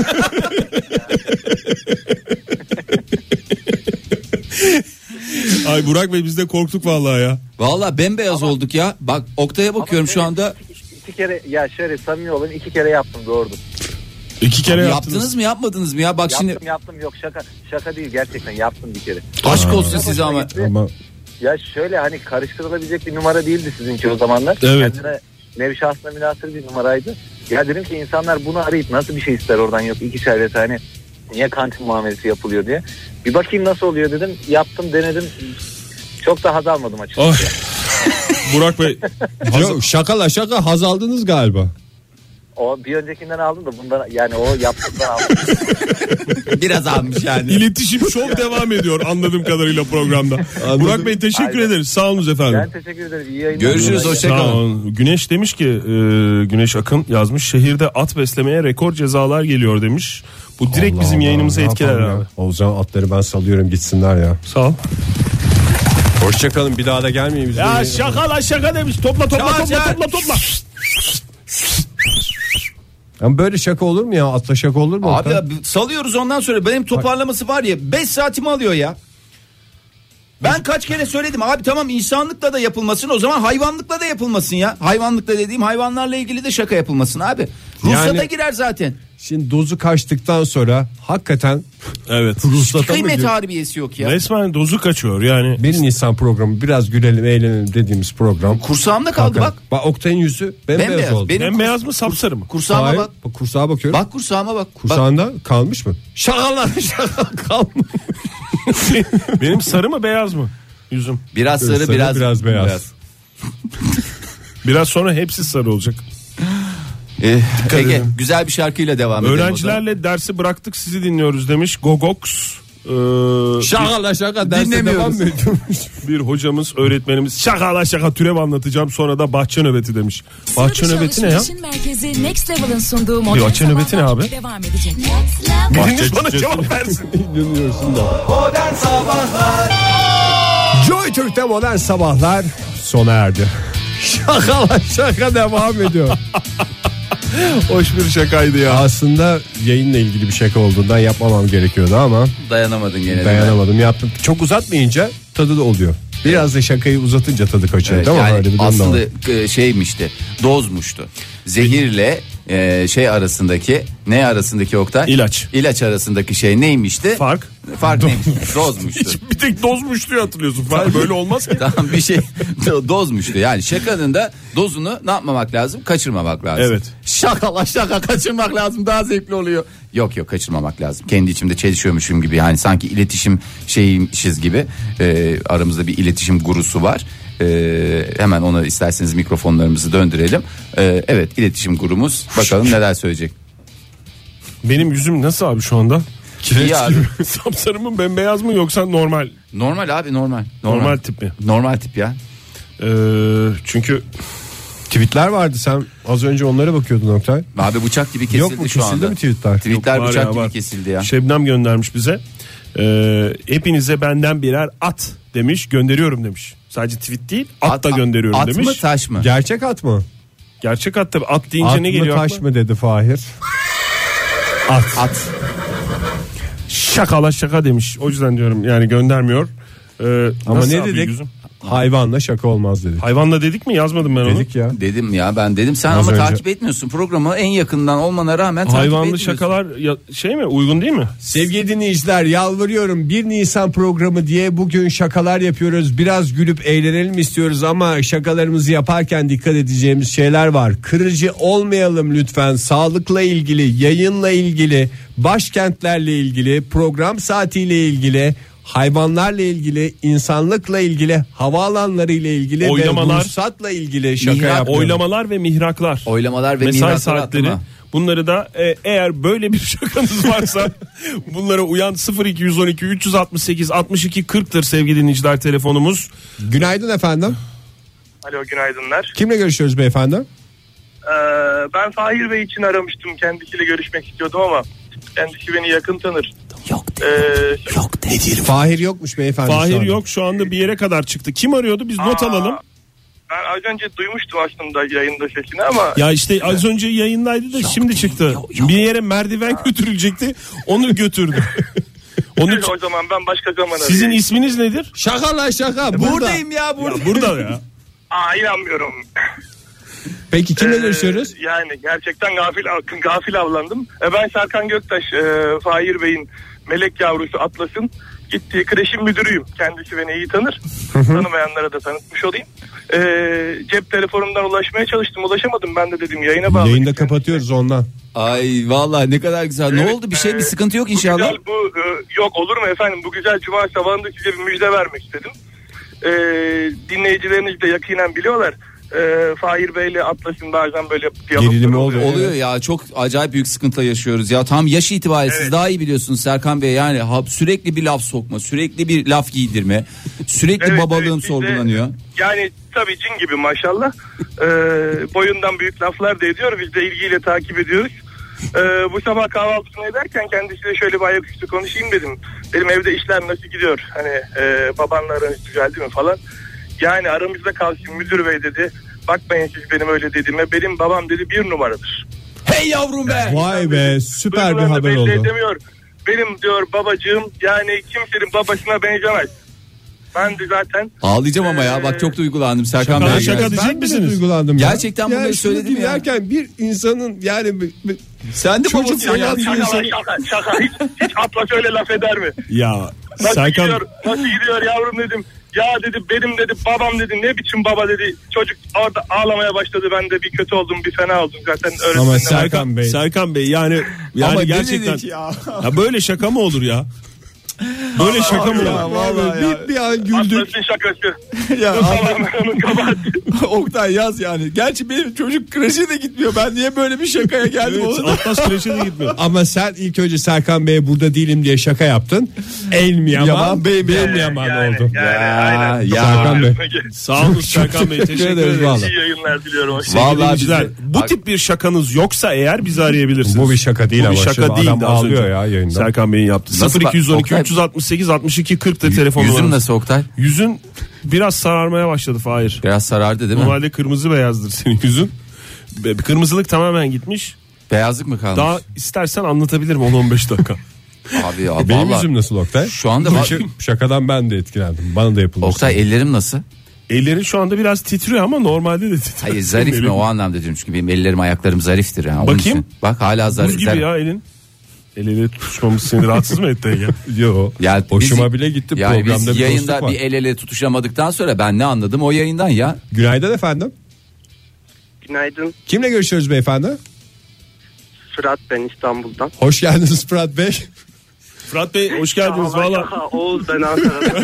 S4: Ay Burak Bey biz de korktuk vallahi ya.
S5: Vallahi bembeyaz olduk ya. Bak Oktay'a bakıyorum şu anda.
S8: 2 kere ya şöyle samimi olayım, 2 kere yaptım, doğrudur.
S4: 2 kere
S5: Yaptınız mı yapmadınız mı ya? Bak şimdi
S8: Yaptım yok şaka değil, gerçekten yaptım bir kere.
S5: aşk olsun size ama.
S3: Ama
S8: Ya şöyle hani karıştırılabilecek bir numara değildi sizinki o zamanlar.
S4: Evet.
S8: Kendine nevi şahsına münhasır bir numaraydı. Ya dedim ki insanlar bunu arayıp nasıl bir şey ister oradan, yok 2 çay vesaire, hani niye kantin muamelesi yapılıyor diye. Bir bakayım nasıl oluyor dedim. Yaptım, denedim. Çok da haz almadım açıkçası.
S4: Ay. Burak Bey
S3: Yok, şaka haz aldınız galiba.
S8: O bir öncekinden aldım da bundan, yani o yaptığımdan aldım.
S5: Biraz almış yani.
S4: İletişim şov devam ediyor anladığım kadarıyla programda. Burak Bey teşekkür
S8: Aynen.
S4: ederiz. Sağ olun efendim.
S8: Ben teşekkür ederim. İyi yayınlar.
S5: Görüşürüz,
S8: Kolay
S5: hoşça
S8: gelsin.
S4: Sağ
S5: kalın.
S4: olun. Güneş demiş ki Güneş Akın yazmış, şehirde at beslemeye rekor cezalar geliyor demiş. Bu direkt
S3: Allah
S4: bizim
S3: Allah,
S4: yayınımızı
S3: ne
S4: etkiler
S3: yapalım
S4: abi.
S3: ya? O zaman atları ben salıyorum gitsinler ya.
S4: Sağ ol.
S3: Hoşçakalın, bir daha da gelmeyin.
S4: Ya şaka demiş. Topla.
S3: Ama böyle şaka olur mu ya? Atla şaka olur mu?
S5: Abi salıyoruz, ondan sonra benim toparlaması var ya 5 saatimi alıyor ya. Ben kaç kere söyledim abi, tamam insanlıkla da yapılmasın, o zaman hayvanlıkla da yapılmasın ya. Hayvanlıkla dediğim hayvanlarla ilgili de şaka yapılmasın abi. Ruhsata
S3: Yani-
S5: girer zaten.
S3: Şimdi dozu kaçtıktan sonra hakikaten
S4: Evet.
S3: ruhsata mı
S5: Kıymet
S3: gir?
S5: harbiyesi yok ya.
S4: Resmen dozu kaçıyor yani.
S3: 1 Nisan programı, biraz gülelim eğlenelim dediğimiz program.
S5: Kursağımda kaldı
S3: Hakikaten.
S5: bak.
S3: Oktay'ın yüzü bembeyaz
S5: Bembeyaz.
S3: oldu.
S5: Benim
S4: Bembeyaz mı sapsarı mı?
S5: kursağıma
S3: Hayır,
S5: bak.
S3: kursağa bakıyorum.
S5: Bak kursağıma bak. Bak.
S3: Kursağında kalmış mı? Şakalar şaka kalmış.
S4: Benim sarı mı beyaz mı yüzüm?
S5: Biraz sarı,
S3: Sarı,
S5: biraz
S3: beyaz.
S4: Biraz sonra hepsi sarı olacak.
S5: Ege
S4: edin.
S5: güzel bir şarkıyla devam edelim.
S4: Öğrencilerle dersi bıraktık, sizi dinliyoruz demiş Gogox.
S3: Şakalar şaka derse
S5: Dinlemiyoruz.
S3: devam mı ediyormuş?
S4: Bir hocamız, öğretmenimiz şaka türev anlatacağım, sonra da bahçe nöbeti demiş. Bahçe nöbeti ne ya?
S9: Alışverişin merkezi Next Level'ın sunduğu modern
S4: Bahçe nöbeti ne
S9: sabahlar
S4: abi?
S9: devam edecek.
S4: Biriniz bana cevap versin.
S3: İnanıyorsun da.
S2: Modern Sabahlar
S3: Joy Türk'te modern sabahlar sona erdi. Şakalar şaka devam ediyor.
S4: Hoş bir şakaydı ya.
S3: Aslında yayınla ilgili bir şaka olduğundan yapmamam gerekiyordu ama
S5: Dayanamadın gene.
S3: dayanamadım, yaptım. Çok uzatmayınca tadı da oluyor. Biraz da şakayı uzatınca tadı kaçıyor,
S5: Evet,
S3: değil mi?
S5: yani
S3: Öyle bir durum da var.
S5: aslında şeymişti, dozmuştu. Zehirle şey arasındaki, ne arasındaki Oktay? İlaç arasındaki şey neymişti?
S4: Fark
S5: neymiş? Dozmuştu.
S4: bir tek dozmuş diye hatırlıyorsun. Fark böyle olmaz ki.
S5: Tamam, bir şey dozmuştu. Yani şakanın da dozunu ne yapmamak lazım? Kaçırmamak lazım.
S4: Evet.
S5: Şaka kaçırmak lazım, daha zevkli oluyor. Yok kaçırmamak lazım. Kendi içimde çelişiyormuşum gibi, yani sanki iletişim şeymişiz gibi. Aramızda bir iletişim gurusu var. Hemen ona isterseniz mikrofonlarımızı döndürelim. Evet, iletişim gurumuz, bakalım neler söyleyecek.
S4: Benim yüzüm nasıl abi şu anda?
S5: İyi abi.
S4: Sapsarı mı, bembeyaz mı, yoksa normal?
S5: Normal abi, normal.
S4: Normal tip mi?
S5: Normal tip ya.
S4: Çünkü
S3: Tweetler vardı, sen az önce onlara bakıyordun Oktay.
S5: Abi bıçak gibi kesildi
S3: Yok mu,
S5: şu anda.
S3: kesildi mi tweetler?
S5: Tweetler
S4: Yok, var
S5: bıçak
S4: ya,
S5: gibi
S4: var.
S5: kesildi ya.
S4: Şebnem göndermiş bize. Hepinize benden birer at demiş, gönderiyorum demiş. Sadece tweet değil, at da gönderiyorum
S5: at
S4: demiş.
S5: mı taş mı?
S3: Gerçek at mı?
S4: Gerçek at tabii. At deyince
S3: At
S4: ne
S3: mı
S4: geliyor
S3: taş
S4: akla?
S3: mı dedi Fahir.
S5: At.
S4: Şakala şaka demiş. O yüzden diyorum yani göndermiyor.
S3: Ama
S4: nasıl
S3: ne
S4: abi
S3: dedik?
S4: yüzüm?
S3: Hayvanla şaka olmaz dedik.
S4: Hayvanla dedik mi? Yazmadım ben onu.
S3: Dedik ya.
S5: Dedim ya, ben dedim, sen
S3: Az
S5: ama
S3: önce.
S5: takip etmiyorsun programı, en yakından olmana rağmen takip
S4: Hayvanlı
S5: etmiyorsun.
S4: şakalar şey mi, uygun değil mi?
S3: Sevgili dinleyiciler, yalvarıyorum, 1 Nisan programı diye bugün şakalar yapıyoruz. Biraz gülüp eğlenelim istiyoruz ama şakalarımızı yaparken dikkat edeceğimiz şeyler var. Kırıcı olmayalım lütfen. Sağlıkla ilgili, yayınla ilgili, başkentlerle ilgili, program saatiyle ilgili, hayvanlarla ilgili, insanlıkla ilgili, havaalanlarıyla ilgili
S4: Oylamalar,
S3: ve ruhsatla ilgili şaka yapıyoruz.
S4: Oylamalar ve mihraklar.
S5: Oylamalar ve
S4: Mesai
S5: mihraklar
S4: saatleri.
S5: atma.
S4: Bunları da eğer böyle bir şakanız varsa bunlara uyan 0212 368 62 40'tır sevgili dinleyiciler telefonumuz.
S3: Günaydın efendim.
S10: Alo, günaydınlar.
S3: Kimle görüşüyoruz beyefendi?
S10: Ben Fahir Bey için aramıştım. Kendisiyle görüşmek istiyordum ama kendisi beni yakın tanır.
S5: Yok
S3: Nedir? Fahir yokmuş beyefendi.
S4: Fahir yok, şu anda bir yere kadar çıktı. Kim arıyordu? Biz not alalım.
S10: Ben az önce duymuştum aslında yayında sesini ama...
S4: Ya işte az önce yayındaydı da şimdi çıktı. Bir yere merdiven götürülecekti. Onu götürdü. Onun
S10: O zaman ben başka zaman arayayım.
S4: Sizin isminiz nedir?
S3: Şaka lan şaka.
S5: Buradayım ya,
S4: Ya burada ya.
S10: İnanmıyorum.
S3: Peki kimle görüşüyoruz?
S10: Yani gerçekten gafil avlandım. Ben Serkan Göktaş, Fahir Bey'in melek yavrusu Atlas'ın gittiği kreşin müdürüyüm. Kendisi beni iyi tanır. Tanımayanlara da tanıtmış olayım. Cep telefonumdan ulaşmaya çalıştım, ulaşamadım. Ben de dedim yayına bağlı.
S3: Yayında kapatıyoruz ondan.
S5: Ay vallahi ne kadar güzel. Ne oldu, bir sıkıntı yok inşallah.
S10: Yok olur mu efendim, bu güzel cuma sabahında size bir müjde vermek istedim. Dinleyicileriniz de yakinen biliyorlar. Fahir Bey'le Atlas'ın bazen böyle
S3: Gerilimi
S5: oluyor ya, çok acayip büyük sıkıntı yaşıyoruz ya. Tam yaş itibariyle siz daha iyi biliyorsunuz Serkan Bey, yani sürekli bir laf sokma, sürekli bir laf giydirme, sürekli babalığım sorgulanıyor.
S10: Yani tabii cin gibi maşallah. Boyundan büyük laflar da ediyor, biz de ilgiyle takip ediyoruz. Bu sabah kahvaltısını ederken kendisiyle şöyle bir ayaküstü konuşayım dedim. Benim evde işler nasıl gidiyor, hani babanla aranız düzeldi mi falan. Yani aramızda kalsın müdür bey dedi. Bakmayın siz benim öyle dediğime. Benim babam dedi 1 numaradır.
S5: Hey yavrum be.
S3: Vay be, süper bir haber oldu.
S10: Edemiyor. Benim diyor babacığım yani kimsenin babasına benzemez. Ben de zaten...
S5: Ağlayacağım ama ya, bak çok duygulandım Serkan Bey.
S4: Şaka diyecek misiniz?
S3: Duygulandım
S5: Gerçekten
S3: ya.
S5: bunları söyledim ya.
S3: Derken bir insanın yani...
S5: Sen de babasın ya.
S10: Şaka. Hiç Atlas öyle laf eder mi?
S4: Ya
S10: Serkan... Nasıl gidiyor yavrum dedim. Ya dedi benim dedi babam dedi, ne biçim baba dedi. Çocuk orada ağlamaya başladı, ben de bir kötü oldum, bir fena oldum zaten.
S3: Ama
S4: Serkan Bey yani
S5: ama
S4: gerçekten ya böyle şaka mı olur ya? Böyle şaka mı olur?
S3: Vallahi ya. Bir an güldük.
S10: Atlas'ın şakası.
S5: Ya
S10: Onun kabahati.
S5: Oktay yaz yani. Gerçi benim çocuk kreşe de gitmiyor. Ben niye böyle bir şakaya geldim?
S4: Evet, Atlas kreşe de gitmiyor.
S3: Ama sen ilk önce Serkan Bey'e burada değilim diye şaka yaptın. El mi yaman, bey mi yaman oldu.
S10: Aynen.
S3: Serkan Bey.
S4: Sağ olun Serkan Bey, teşekkür ederiz.
S10: İyi yayınlar diliyorum.
S4: Vallahi güzel. Bu tip bir şakanız yoksa eğer bizi arayabilirsiniz.
S3: Bu bir şaka değil
S4: bu
S3: ama.
S4: Bir şaka değil.
S3: Adam ağlıyor ya yayında.
S4: Serkan Bey'in yaptı. 0212 368 62 40'ta telefon numarası.
S5: Yüzün nasıl Oktay?
S4: Yüzün biraz sararmaya başladı Fahir.
S5: Biraz sarardı değil mi?
S4: Normalde kırmızı beyazdır senin yüzün. Kırmızılık tamamen gitmiş.
S5: Beyazlık mı kalmış?
S4: Daha istersen anlatabilirim 10-15 dakika.
S5: Abi ya
S3: Benim
S5: vallahi.
S3: yüzüm nasıl Oktay?
S5: Şu anda
S3: şakadan ben de etkilendim. Bana da yapılmış.
S5: Oktay ellerim nasıl?
S4: Ellerin şu anda biraz titriyor ama normalde de titriyor.
S5: Hayır zarif mi, o anlamda diyorum çünkü benim ellerim ayaklarım zariftir. Yani.
S4: Bakayım.
S5: Bak hala zarif.
S4: Buz gibi ya elin. El ele tutuşmamız seni rahatsız mı etti Ege?
S3: Yok.
S5: Ya
S3: hoşuma bile gitti
S5: yani
S3: programda.
S5: Biz yayında bir el ele tutuşamadıktan sonra ben ne anladım o yayından ya.
S3: Günaydın efendim.
S10: Günaydın.
S3: Kimle görüşüyoruz beyefendi?
S10: Fırat ben İstanbul'dan.
S3: Hoş geldiniz Fırat Bey.
S4: Fırat Bey hoş geldiniz valla.
S10: Oğuz ben Ankara'dan.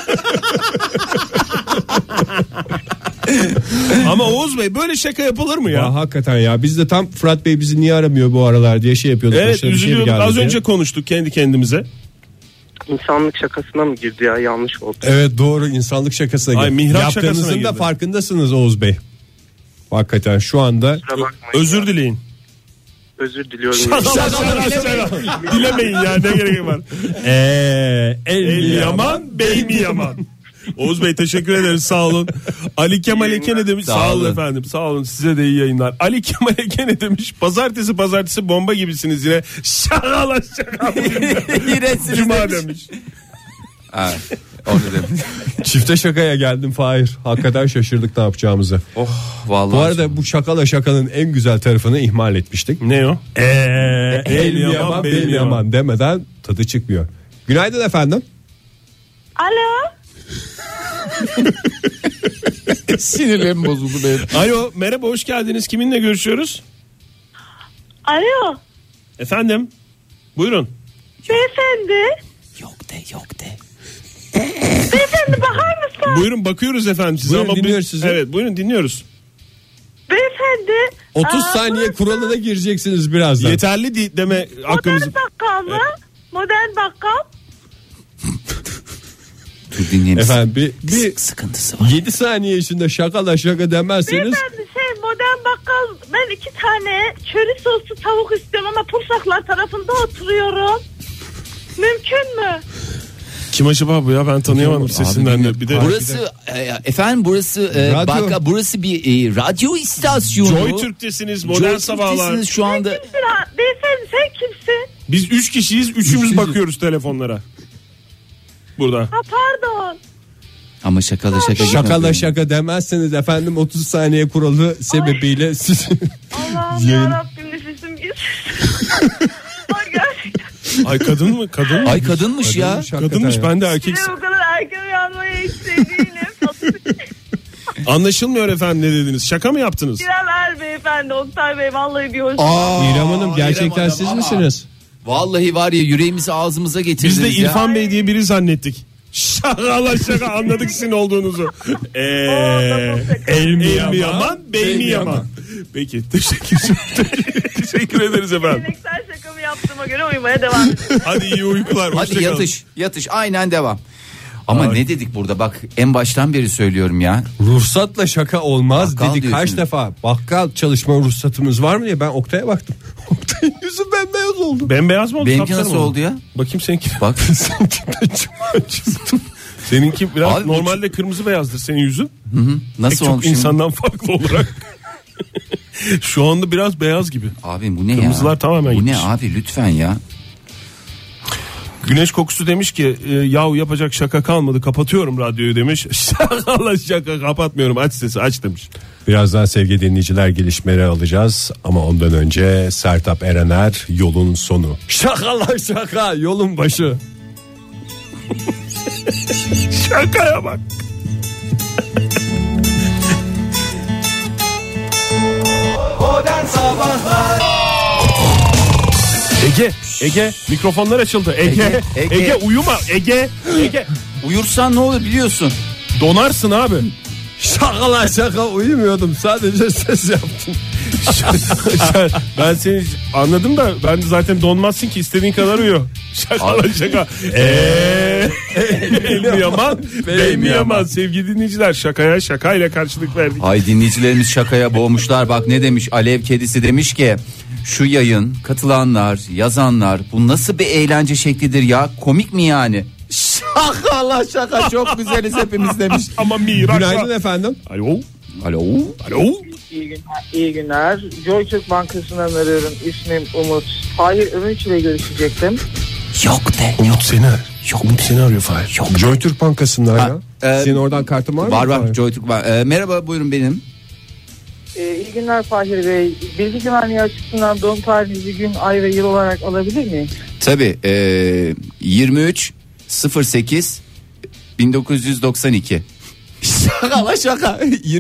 S4: Ama Oğuz Bey böyle şaka yapılır mı ya?
S3: Hakikaten ya, biz de tam Fırat Bey bizi niye aramıyor bu aralar diye şey yapıyorduk.
S4: Evet üzülüyorduk, az
S3: diye.
S4: önce konuştuk kendi kendimize.
S10: İnsanlık şakasına mı girdi ya, yanlış oldu.
S3: Evet doğru, insanlık şakasına
S4: girdi.
S3: Yaptığınızın da farkındasınız Oğuz Bey. Hakikaten şu anda
S4: özür dileyin.
S10: Özür diliyorum.
S4: Dilemeyin ya, ne gereği var.
S3: El mi
S4: yaman bey mi yaman? Oğuz Bey teşekkür ederiz, sağ olun. Ali Kemal Eke ne demiş? Sağ olun efendim, sağ olun, size de iyi yayınlar. Ali Kemal Eke ne demiş? Pazartesi bomba gibisiniz yine. Şaka. Cuma demiş.
S5: Evet, onu demiş.
S3: Çifte şakaya geldim Fahir. Hakikaten şaşırdık ne yapacağımızı.
S5: Vallahi.
S3: Bu arada bu şakala şakanın en güzel tarafını ihmal etmiştik.
S4: Ne o?
S3: El mi yaman bel mi yaman demeden tadı çıkmıyor. Günaydın efendim.
S11: Alo.
S5: Sinirlerim bozuldu benim.
S4: Alo, merhaba, hoş geldiniz. Kiminle görüşüyoruz?
S11: Alo.
S4: Efendim? Buyurun.
S11: Beyefendi.
S5: Yok de.
S11: Beyefendi bakar mısın?
S4: Buyurun, bakıyoruz efendim size.
S3: Buyurun,
S4: ama
S3: dinliyoruz sizi.
S4: Evet, buyurun, dinliyoruz.
S11: Beyefendi.
S3: 30 saniye kuralına gireceksiniz birazdan.
S4: Yeterli deme hakkımız.
S11: Modern bakkal mı? Modern bakkal.
S3: Efendim bir
S5: sıkıntısı var.
S3: 7 saniye içinde şakala şaka demezseniz.
S11: Beyefendi modern bakkal, ben 2 tane köri soslu tavuk istiyorum ama Pursaklar tarafında oturuyorum. Mümkün mü?
S4: Kim acaba bu ya, ben tanıyamadım sesinden de. Bir de
S5: burası efendim burası burası bir radyo istasyonu.
S4: Joy Türk'tesiniz, modern sabahlar.
S5: Şu anda.
S11: Beyefendi sen kimsin?
S4: Biz 3 kişiyiz, üçümüz bakıyoruz telefonlara. Burada.
S11: Ha pardon.
S5: Ama
S3: şakala şaka demezseniz efendim 30 saniye kuralı sebebiyle siz
S11: Allah'ım yarabbim nefesim gitsin. Ay gerçekten.
S4: Ay kadın mı? Kadın mı?
S5: Ay kadınmış ya.
S4: Kadınmış, ben de erkek.
S11: Bu kadar erken uyanmaya hiç değilim.
S4: Anlaşılmıyor efendim, ne dediniz? Şaka mı yaptınız?
S11: İrem beyefendi, Oktay Bey vallahi bir hoş.
S3: İrem Hanım gerçekten siz misiniz?
S5: Vallahi var ya, yüreğimizi ağzımıza getirdiniz.
S4: Biz de İrfan Bey diye biri zannettik. Şaka anladık sizin olduğunuzu. El mi yaman, bey mi yaman. Peki, teşekkür ederiz efendim.
S11: Geleneksel şakamı yaptığıma göre uyumaya devam ediyorum.
S4: Hadi iyi uykular.
S5: Hadi yatış aynen devam. Ama ne dedik burada, bak en baştan beri söylüyorum ya.
S3: Ruhsatla şaka olmaz
S5: bakkal
S3: dedik kaç defa. Bakkal çalışma ruhsatımız var mı diye ben Oktay'a baktım. Oktay'ın yüzü bembeyaz oldu.
S4: Bembeyaz mı oldu?
S5: Benimki nasıl oldu ya?
S4: Bakayım seninki.
S5: Bak.
S4: Seninki biraz
S5: abi,
S4: normalde kırmızı beyazdır senin yüzün.
S5: Nasıl olmuş?
S4: Çok insandan farklı olarak. Şu anda biraz beyaz gibi.
S5: Abi bu ne
S4: ya? Kırmızılar tamamen
S5: bu
S4: gitmiş.
S5: ne abi, lütfen ya.
S4: Güneş kokusu demiş ki yahu yapacak şaka kalmadı, kapatıyorum radyoyu demiş. Şaka kapatmıyorum, aç sesi aç demiş.
S3: Birazdan sevgili dinleyiciler gelişmeleri alacağız ama ondan önce Sertab Erener yolun sonu. Şaka yolun başı.
S4: Şakaya bak.
S2: Modern Sabahlar.
S4: Ege mikrofonlar açıldı. Ege uyuma. Ege.
S5: Uyursan ne olur biliyorsun.
S4: Donarsın abi.
S3: Şaka uyumuyordum, sadece ses yaptım.
S4: Ben seni anladım da ben zaten donmazsın ki, istediğin kadar uyu. Şaka. El mi yaman, bey mi yaman? Sevgili dinleyiciler, şakayla karşılık verdik.
S5: Ay dinleyicilerimiz şakaya boğmuşlar. Bak ne demiş Alev Kedisi, demiş ki şu yayın, katılanlar, yazanlar, bu nasıl bir eğlence şeklidir ya, komik mi yani? Şaka çok güzeliz hepimiz demiş.
S4: Ama Miraç.
S3: Günaydın efendim.
S4: Alo.
S8: İyi günler. Joy Türk Bankası'ndan arıyorum. İsmim Umut. Fahir Övünç ile görüşecektim.
S4: Umut seni arıyor Fahir.
S3: Joy Türk Bankası'ndan ya. Senin oradan kartın var mı?
S5: Var Joy Türk merhaba, buyurun benim.
S8: İyi günler Fahir Bey. Bilgi güvenliği açısından doğum tarihinizi gün, ay ve yıl olarak alabilir miyim?
S5: Tabii 23.08 1992. Şaka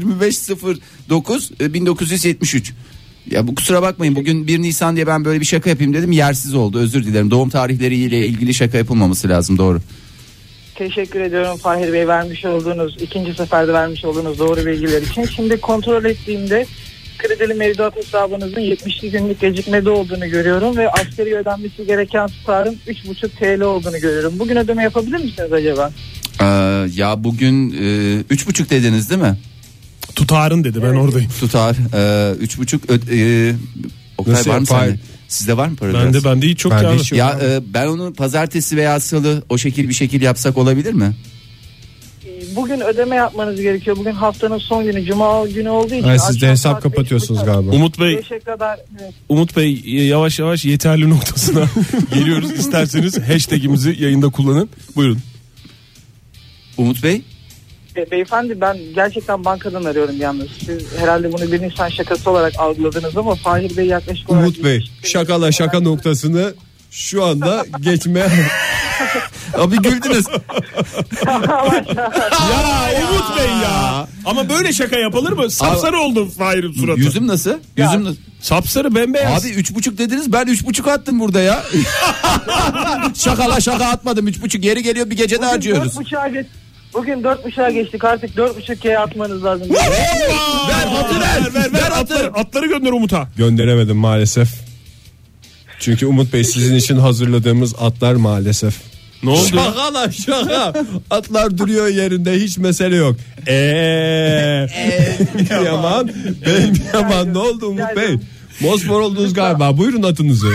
S5: 25.09 1973. Ya bu kusura bakmayın, bugün 1 Nisan diye ben böyle bir şaka yapayım dedim, yersiz oldu, özür dilerim. Doğum tarihleriyle ilgili şaka yapılmaması lazım, doğru.
S8: Teşekkür ediyorum Fahir Bey, vermiş olduğunuz, ikinci seferde vermiş olduğunuz doğru bilgiler için. Şimdi kontrol ettiğimde kredili mevduat hesabınızın 70'li günlük gecikmede olduğunu görüyorum ve asgari ödenmesi gereken tutarın 3,5 TL olduğunu görüyorum. Bugün ödeme yapabilir misiniz acaba?
S5: Ya bugün 3,5 dediniz değil mi?
S4: Tutarın dedi, ben oradayım.
S5: Tutar 3,5 Oktay var mı sende? Sizde var mı para?
S4: Bende hiç çok
S5: ya ben onu pazartesi veya salı o şekil bir şekil yapsak olabilir mi?
S12: bugün ödeme yapmanız gerekiyor. Bugün haftanın son günü, cuma günü olduğu için.
S3: Yani siz de
S12: akşam
S3: hesap
S12: saat
S3: kapatıyorsunuz
S12: 5.30
S3: galiba.
S4: Umut Bey,
S12: 5'e kadar, evet.
S4: Umut Bey yavaş yavaş yeterli noktasına geliyoruz. İsterseniz hashtagimizi yayında kullanın. Buyurun.
S5: Umut Bey.
S12: Beyefendi ben gerçekten bankadan arıyorum yalnız. Siz herhalde bunu bir insan şakası olarak algıladınız ama Fahir Bey yaklaşık olarak...
S3: Umut Bey şakala şaka noktasını şu anda geçmeye...
S5: Abi güldünüz.
S4: Ya Umut Bey ya. Ama böyle şaka yapılır mı? Sapsarı oldu Fahir'in suratı.
S5: Yüzüm nasıl? Yüzüm nasıl?
S4: Sapsarı bembeyaz.
S5: Abi 3,5 dediniz, ben 3,5 attım burada ya. Şakala şaka atmadım, 3,5 yeri geliyor, bir gecede harcıyoruz.
S12: Bugün 4.5'a geçtik, artık 4.5K'ye atmanız lazım.
S4: Ver atları gönder Umut'a.
S3: Gönderemedim maalesef. Çünkü Umut Bey sizin için hazırladığımız atlar maalesef.
S4: Ne oldu?
S3: Şaka lan şaka. Atlar duruyor yerinde, hiç mesele yok. Yaman. Benim Yaman, ne oldu Umut Bey? Mosmor oldunuz galiba. Buyurun atınızı.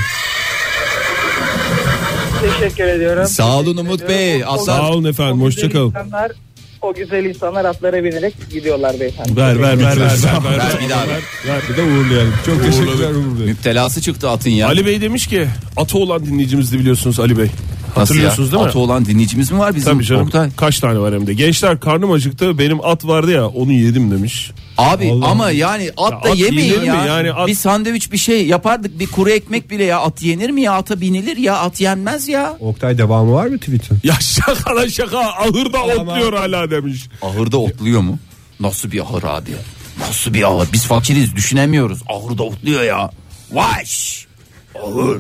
S12: Teşekkür ediyorum.
S5: Sağ olun Umut Bey.
S4: Sağ olun efendim. Hoşçakalın.
S12: O güzel insanlar atlara binerek gidiyorlar beyefendi.
S4: Ver.
S5: Ver bir daha.
S3: Bir de uğurlayalım. Çok teşekkürler Umut Bey.
S5: Müptelası çıktı atın ya.
S4: Ali Bey demiş ki atı olan dinleyicimizdi biliyorsunuz Ali Bey. Hatırlıyorsunuz değil mi?
S5: Atı olan dinleyicimiz mi var bizim?
S4: Tabii canım.
S5: Oktay.
S4: Kaç tane var hem de. Gençler karnım acıktı, benim at vardı ya onu yedim demiş.
S5: Abi
S3: Allah
S5: ama yani at da
S4: at
S5: yemeyin
S4: yenir
S5: ya.
S4: mi? Yani at...
S5: Bir sandviç bir şey yapardık, bir kuru ekmek bile ya. At yenir mi ya? Ata binilir ya. At yenmez ya.
S3: Oktay devamı var mı tweet'in?
S4: Ya şaka lan şaka, ahırda otluyor hala demiş.
S5: Ahırda otluyor mu? Nasıl bir ahır abi? Nasıl bir ahır? Biz fakiriz, düşünemiyoruz. Ahırda otluyor ya. Vaş. Ahır.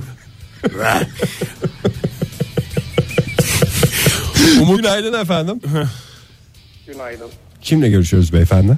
S3: Günaydın efendim.
S13: Günaydın.
S3: Kimle görüşüyoruz beyefendi?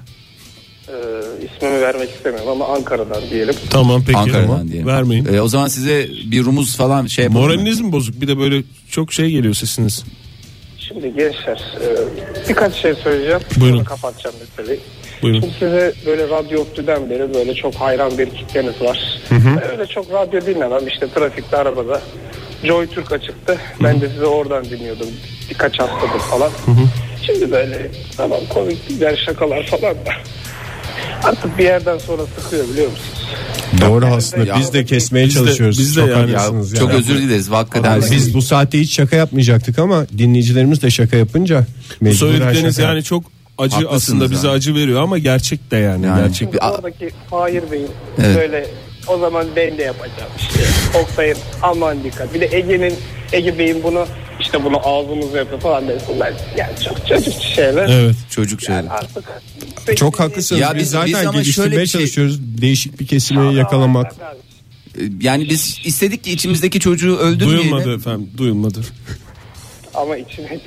S13: İsmimi vermek istemiyorum ama Ankara'dan diyelim.
S4: Tamam peki.
S5: Ankara'dan
S4: Tamam.
S5: diyelim.
S4: Vermeyin.
S5: O zaman size bir rumuz falan şey yapalım.
S4: Moraliniz mi bozuk? Bir de böyle çok şey geliyor sesiniz.
S13: Şimdi gençler birkaç şey söyleyeceğim.
S4: Buyurun.
S13: Sonra kapatacağım meseleyi.
S4: Buyurun.
S13: Şimdi size böyle radyo ODTÜ'den beri böyle çok hayran bir kitleniz var. Öyle çok radyo dinlemem. İşte trafikte, arabada Joy Türk açıktı. Ben de sizi oradan dinliyordum birkaç haftadır falan. Şimdi böyle tamam komik güzel şakalar falan da artık bir yerden sonra sıkıyor biliyor musunuz?
S3: Doğru aslında biz de kesmeye çalışıyoruz.
S4: biz de
S3: çok
S4: yani.
S3: haklısınız
S5: Çok özür dileriz hakikaten.
S3: Yani biz bu saatte hiç şaka yapmayacaktık ama dinleyicilerimiz de şaka yapınca
S4: Bu söyledikleriniz
S3: şaka.
S4: yani çok acı,
S5: Haklısınız
S4: aslında bize
S5: yani.
S4: acı veriyor ama gerçek de yani. Gerçek.
S13: Şimdi oradaki Fahir Bey'in
S5: Evet.
S13: böyle o zaman ben de yapacağım işte. Oktay'ın aman dikkat. Bir de Ege Bey'in bunu işte bunu ağzımızla yapıyor falan desinler. Yani çok çocuk şeyler.
S4: Evet.
S5: Çocuk şeyler.
S13: Yani artık
S3: Çok haklısınız.
S5: Ya
S3: biz
S5: biz
S3: zaten
S5: ama şöyle
S3: geliştirmeye
S5: bir şey-
S3: çalışıyoruz. Değişik bir kesimi yakalamak.
S5: Yani biz istedik ki içimizdeki çocuğu öldürmeyelim.
S4: Duyulmadı efendim, duyulmadı.
S13: Ama içine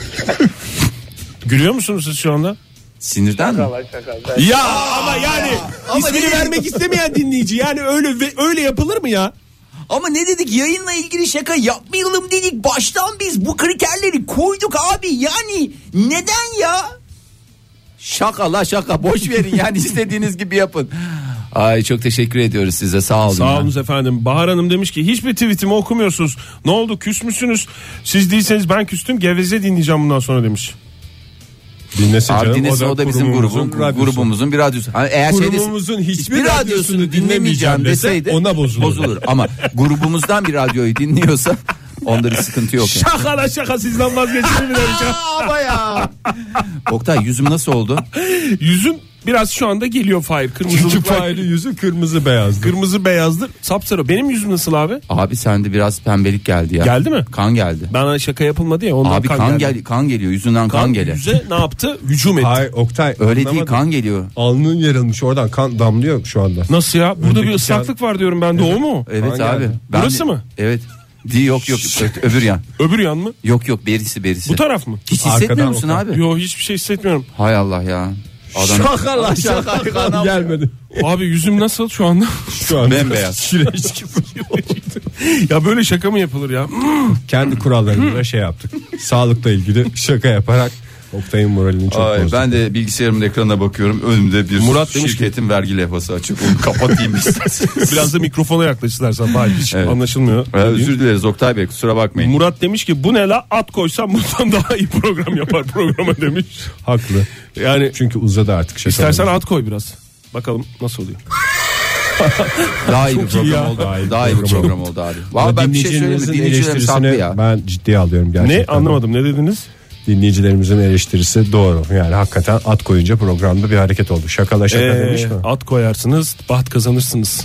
S4: Gülüyor musunuz siz şu anda?
S5: Sinirden mi?
S13: şaka.
S4: Ya ama yani ismini vermek istemeyen dinleyici, yani öyle yapılır mı ya?
S5: Ama ne dedik, yayınla ilgili şaka yapmayalım dedik. Baştan biz bu kriterleri koyduk abi. Yani neden ya? Şaka la şaka, boş verin yani istediğiniz gibi yapın. Ay çok teşekkür ediyoruz size, sağ olun.
S4: Sağ olun efendim. Bahar Hanım demiş ki hiçbir tweetimi okumuyorsunuz. Ne oldu, küs müsünüz? Siz değilseniz ben küstüm, geveze dinleyeceğim bundan sonra demiş.
S3: Dinlesin
S5: Abi
S3: canım.
S5: dinlesin, o da bizim grubumuzun bir radyosu. Hani eğer
S3: grubumuzun hiçbir radyosunu dinlemeyeceğim deseydi
S5: ona bozulur. Ama grubumuzdan bir radyoyu dinliyorsa onda bir sıkıntı yok. Yani.
S4: Şaka la şaka, sizden vazgeçtim mi demiş.
S5: Ama ya. Oktay yüzüm nasıl oldu?
S4: Yüzüm biraz şu anda geliyor Fahir.
S3: Çünkü Fahir'in yüzü kırmızı beyazdı.
S4: Kırmızı beyazdır. Sapsarı. Benim yüzüm nasıl abi?
S5: Abi sende biraz pembelik geldi ya.
S4: Geldi mi?
S5: Kan geldi.
S4: Bana şaka yapılmadı ya, ondan
S5: Abi kan geliyor, yüzünden kan geliyor.
S4: Yüze ne yaptı? Hücum etti.
S3: Hayır Oktay.
S5: Öyle değil,
S3: anlamadım.
S5: kan geliyor.
S3: Alnın yarılmış, oradan kan damlıyor şu anda.
S4: Nasıl ya? Burada
S3: Öndeki
S4: bir ıslaklık var diyorum ben de, o mu?
S5: Evet
S3: Kan
S5: abi.
S3: geldi.
S4: Burası mı?
S5: Evet. Yok öbür yan.
S4: Öbür yan mı?
S5: Yok berisi.
S4: Bu taraf mı?
S5: Hiç hissetmiyor
S3: Arkadan
S5: musun
S3: Oktay.
S5: abi?
S4: Yok, hiçbir şey hissetmiyorum.
S5: Hay Allah ya.
S3: Şaka la şaka kan gelmedi.
S4: Abi yüzüm nasıl şu anda?
S3: Şu an
S5: Bembeyaz.
S3: Kireç gibi.
S4: Ya böyle şaka mı yapılır ya?
S3: Kendi kurallarımızla şey yaptık. Sağlıkla ilgili şaka yaparak Oktay'ın moralini çok bozdu.
S5: Ben de bilgisayarımın ekranına bakıyorum. Önümde bir
S4: Murat demiş
S5: şirketin vergi levhası açık. Onu kapatayım isterseniz.
S4: Biraz da mikrofona yaklaş istersen. Hiç anlaşılmıyor.
S5: Özür dileriz Oktay Bey, kusura bakmayın.
S4: Murat demiş ki bu ne la, at koysam bundan daha iyi program yapar programa demiş.
S3: Haklı.
S4: Yani
S3: çünkü uzadı artık şaka.
S4: İstersen at koy biraz. Bakalım nasıl oluyor.
S5: Daha iyi bir
S4: Çok iyi
S5: program
S4: ya.
S5: oldu. Daha iyi bir program oldu abi. Vallahi ben bir şey söyleyeyim mi? Dinleyicilerimiz haklı ya.
S3: Ben ciddiye alıyorum gerçekten.
S4: Ne, anlamadım, ne dediniz?
S3: Dinleyicilerimizin eleştirisi doğru. Yani hakikaten at koyunca programda bir hareket oldu. Şaka demiş mi?
S4: At koyarsınız, baht kazanırsınız.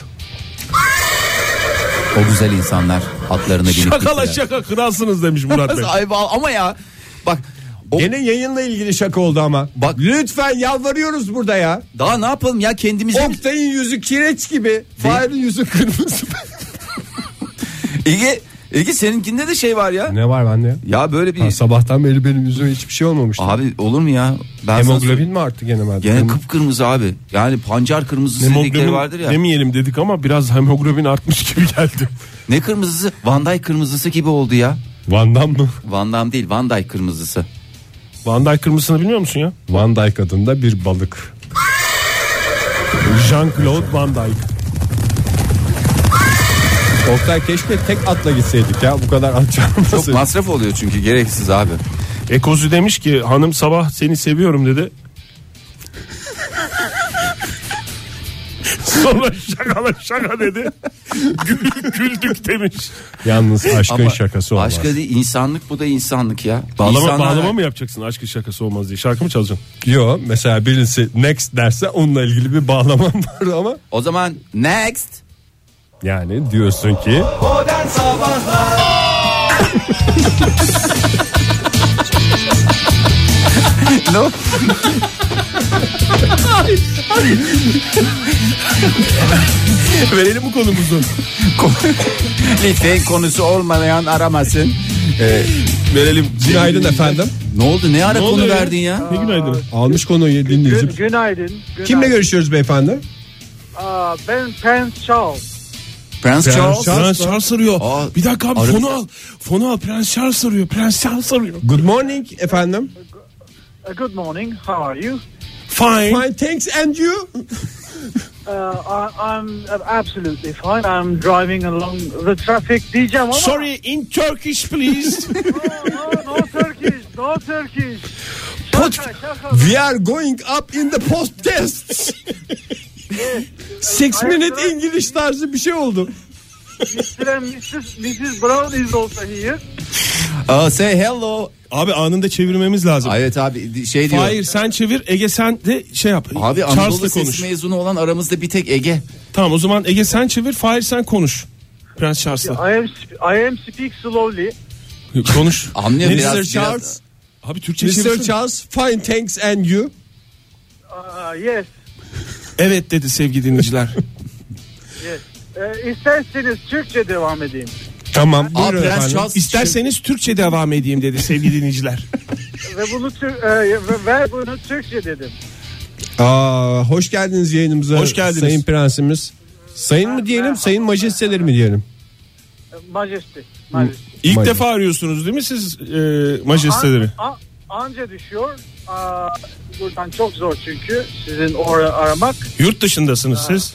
S5: O güzel insanlar atlarına binip
S4: Şakala şaka kralsınız demiş Murat Bey.
S5: Ama ya bak.
S3: Gene yayınla ilgili şaka oldu ama.
S5: Bak
S3: lütfen yalvarıyoruz burada ya.
S5: Daha ne yapalım ya, kendimizin.
S3: Oktay'ın yüzü kireç gibi. Fahir'in yüzü kırmızı.
S5: Ege seninkinde de şey var ya.
S3: Ne var bende ya?
S5: Ya böyle bir.
S3: Sabahtan beri benim yüzüme hiçbir şey olmamıştı.
S5: Abi olur mu ya?
S3: Hemoglobin mi arttı gene bende?
S5: Gene kıpkırmızı abi. Yani pancar kırmızısı dedikleri vardır ya.
S4: Demeyelim dedik ama biraz hemoglobin artmış gibi geldi.
S5: Ne kırmızısı? Van Dijk kırmızısı gibi oldu ya.
S3: Van Damme mı?
S5: Van Damme değil, Van Dijk kırmızısı.
S4: Van Dijk kırmızısını bilmiyor musun ya?
S3: Van Dijk adında bir balık.
S4: Jean-Claude Van Dijk.
S3: Oktay keşke tek atla gitseydik ya, bu kadar at çarpmasın.
S5: Çok masraf oluyor çünkü, gereksiz abi.
S4: Ekozu demiş ki hanım sabah seni seviyorum dedi. Sonra şaka dedi. Güldük demiş.
S3: Yalnız aşkın
S5: ama
S3: şakası olmaz.
S5: Aşk değil, insanlık, bu da insanlık ya.
S4: Bağlama mı yapacaksın aşkın şakası olmaz diye? Şarkı mı çalacaksın?
S3: Yok, mesela birisi next derse onunla ilgili bir bağlamam var ama.
S5: O zaman next.
S3: Yani diyorsun ki
S2: Modern Sabahlar.
S5: No.
S4: Verelim bu konumuzu.
S5: Lütfen konusu olmayan aramasın.
S4: Verelim.
S3: günaydın efendim.
S5: Ne oldu? Ne ara
S4: Ne
S5: konu
S4: oluyor ya?
S5: verdin ya?
S4: Ne günaydın?
S3: Almış konuyu dinleyici.
S12: Günaydın.
S3: Kimle görüşüyoruz beyefendi?
S12: Ben Prince Charles.
S5: Prince Charles.
S4: Prens Charles arıyor. Bir dakika abi,
S5: Arı-
S4: fonu al. Fonu al, Prens Charles arıyor. Prens Charles arıyor.
S3: Good morning efendim.
S12: Good morning. How are you?
S4: Fine.
S3: Fine thanks, and you?
S12: I'm absolutely fine. I'm driving along the traffic diyeceğim ama.
S4: Sorry, in Turkish please.
S12: No Turkish. No Turkish. Şaka.
S3: We are going up in the podcasts. 6 minute English tarzı bir şey oldu.
S12: Mr. and Mrs. Brown is also here.
S5: Say hello.
S4: Abi anında çevirmemiz lazım.
S5: Evet abi, şey diyor.
S4: Hayır, sen çevir, Ege sen de şey yap.
S5: Abi
S4: Charles'la
S5: Anadolu
S4: konuş.
S5: Sesi mezunu olan aramızda bir tek Ege.
S4: Tamam, o zaman Ege sen çevir, Fahir sen konuş. Prens Charles'la.
S12: I am speak slowly.
S4: Konuş.
S5: Anlıyorum
S3: Mr.
S5: biraz.
S3: Charles.
S4: Abi Türkçe
S3: Mr.
S4: çevirsene.
S3: Charles, fine thanks, and you?
S12: Yes.
S4: Evet dedi sevgili dinleyiciler.
S12: Yes. İsterseniz Türkçe devam edeyim.
S3: Tamam,
S5: Aa,
S3: buyurun
S5: Prens
S3: efendim.
S5: Charles.
S4: İsterseniz Türkçe devam edeyim dedi sevgili dinleyiciler.
S12: Ve bunu Türkçe dedim.
S3: Hoş geldiniz yayınımıza.
S4: Hoş geldiniz.
S3: Sayın prensimiz. Sayın mı diyelim, sayın majesteleri mi diyelim?
S12: Majesty.
S4: İlk
S3: Majeste.
S4: defa arıyorsunuz değil mi siz majesteleri?
S12: Anca düşüyor. Buradan çok zor çünkü sizin aramak.
S4: Yurt dışındasınız siz.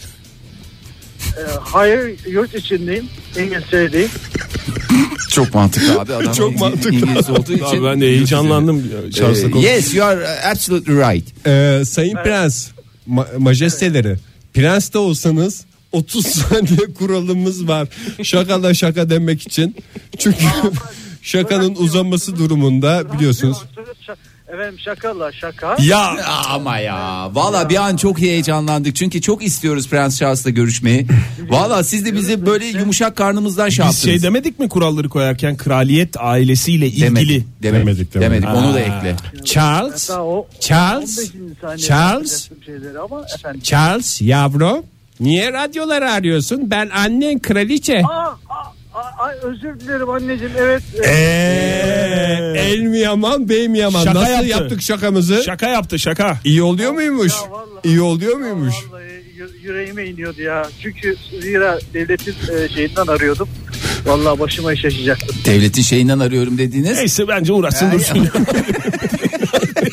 S12: Hayır, yurt içindeyim. İngiltere'deyim.
S5: Çok mantıklı abi. Adam
S3: Çok mantıklı.
S5: İngiliz olduğu için.
S4: Abi ben de heyecanlandım. Charles'la konuş.
S5: Yes, you are absolutely right.
S3: Sayın prens, majesteleri. Prens de olsanız 30 saniye kuralımız var. Şakala şaka demek için. Çünkü şakanın uzaması durumunda biliyorsunuz.
S12: Efendim şakala şaka.
S4: Ya
S5: ama ya. Valla bir an çok heyecanlandık. Çünkü çok istiyoruz Prens Charles'la görüşmeyi. Valla siz de bizi böyle yumuşak karnımızdan şey
S4: biz
S5: yaptınız.
S4: şey demedik mi kuralları koyarken, kraliyet ailesiyle ilgili?
S5: Demedik. Onu da ekle.
S3: Charles, Charles,
S12: 15. saniye
S3: Charles,
S12: yapacaktım şeyleri ama efendim.
S3: Charles yavrum. Niye radyoları arıyorsun? Ben annen kraliçe.
S12: Ay özür dilerim anneciğim, evet.
S3: El mi yaman, bey mi yaman?
S4: Şaka
S3: Nasıl
S4: yaptı.
S3: yaptık şakamızı?
S4: Şaka yaptı, şaka.
S3: İyi oluyor muymuş?
S12: Ya vallahi.
S3: İyi oluyor muymuş?
S12: Vallahi yüreğime iniyordu ya. Çünkü zira devletin şeyinden arıyordum. Vallahi başıma iş yaşayacaktım.
S5: Devletin şeyinden arıyorum dediğiniz.
S4: Neyse bence uğraşsın dursun.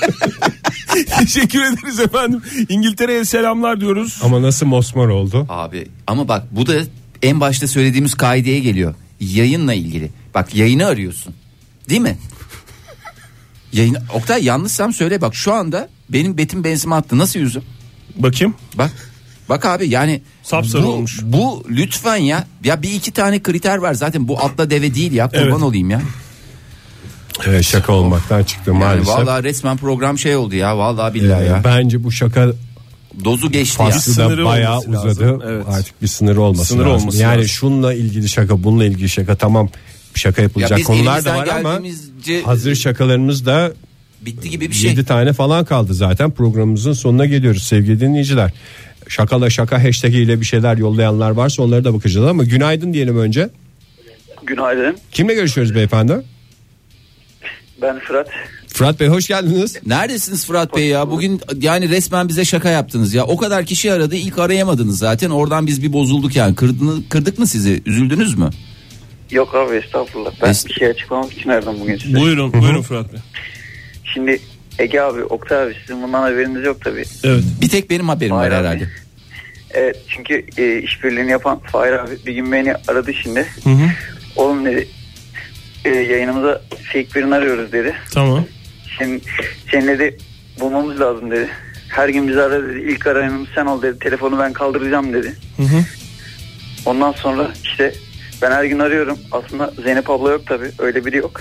S4: Teşekkür ederiz efendim. İngiltere'ye selamlar diyoruz.
S3: Ama nasıl mosmor oldu?
S5: Abi ama bak bu da en başta söylediğimiz kaideye geliyor. Yayınla ilgili. Bak yayını arıyorsun. Değil mi? Yayın. Oktay yanlışsam söyle bak şu anda benim betim benzime attı. Nasıl yüzüm?
S4: Bakayım.
S5: Bak abi yani
S4: sapsarı olmuş.
S5: Bu lütfen ya bir iki tane kriter var zaten bu atla deve değil ya kurban olayım ya.
S3: Evet, şaka olmaktan çıktı maalesef.
S5: Vallahi resmen program şey oldu ya vallahi billahi ya.
S3: Bence bu şaka
S5: dozu geçti
S3: faslı
S5: ya.
S3: da bayağı uzadı.
S4: Evet.
S3: Artık bir sınırı olması lazım. Yani
S4: lazım.
S3: şununla ilgili şaka, bununla ilgili şaka, tamam şaka yapılacak konular da var ama hazır şakalarımız da
S5: bitti gibi bir şey.
S3: 7 tane falan kaldı zaten. Programımızın sonuna geliyoruz sevgili dinleyiciler. Şakala şaka hashtag ile bir şeyler yollayanlar varsa onlara da bakacağız ama günaydın diyelim önce.
S14: Günaydın.
S3: Kimle görüşüyoruz beyefendi?
S14: Ben Fırat.
S3: Fırat Bey hoş geldiniz.
S5: Neredesiniz Fırat Bey ya? Bugün yani resmen bize şaka yaptınız ya. O kadar kişi aradı, ilk arayamadınız zaten. Oradan biz bir bozulduk yani. Kırdık mı sizi? Üzüldünüz mü?
S14: Yok abi estağfurullah. Ben bir şey açıklamak için aradım bugün size.
S4: Buyurun Fırat Bey.
S14: Şimdi Ege abi, Oktay abi sizin bundan haberiniz yok tabii.
S4: Evet.
S5: Bir tek benim haberim var herhalde.
S14: Evet çünkü işbirliğini yapan Fahir abi bir gün beni aradı şimdi. Oğlum dedi yayınımıza fake birini arıyoruz dedi.
S4: Tamam.
S14: Şimdi senin dedi bulmamız lazım dedi. Her gün bizi ara dedi. İlk arayanımız sen ol dedi. Telefonu ben kaldıracağım dedi. Ondan sonra işte ben her gün arıyorum. Aslında Zeynep abla yok tabii. Öyle biri yok.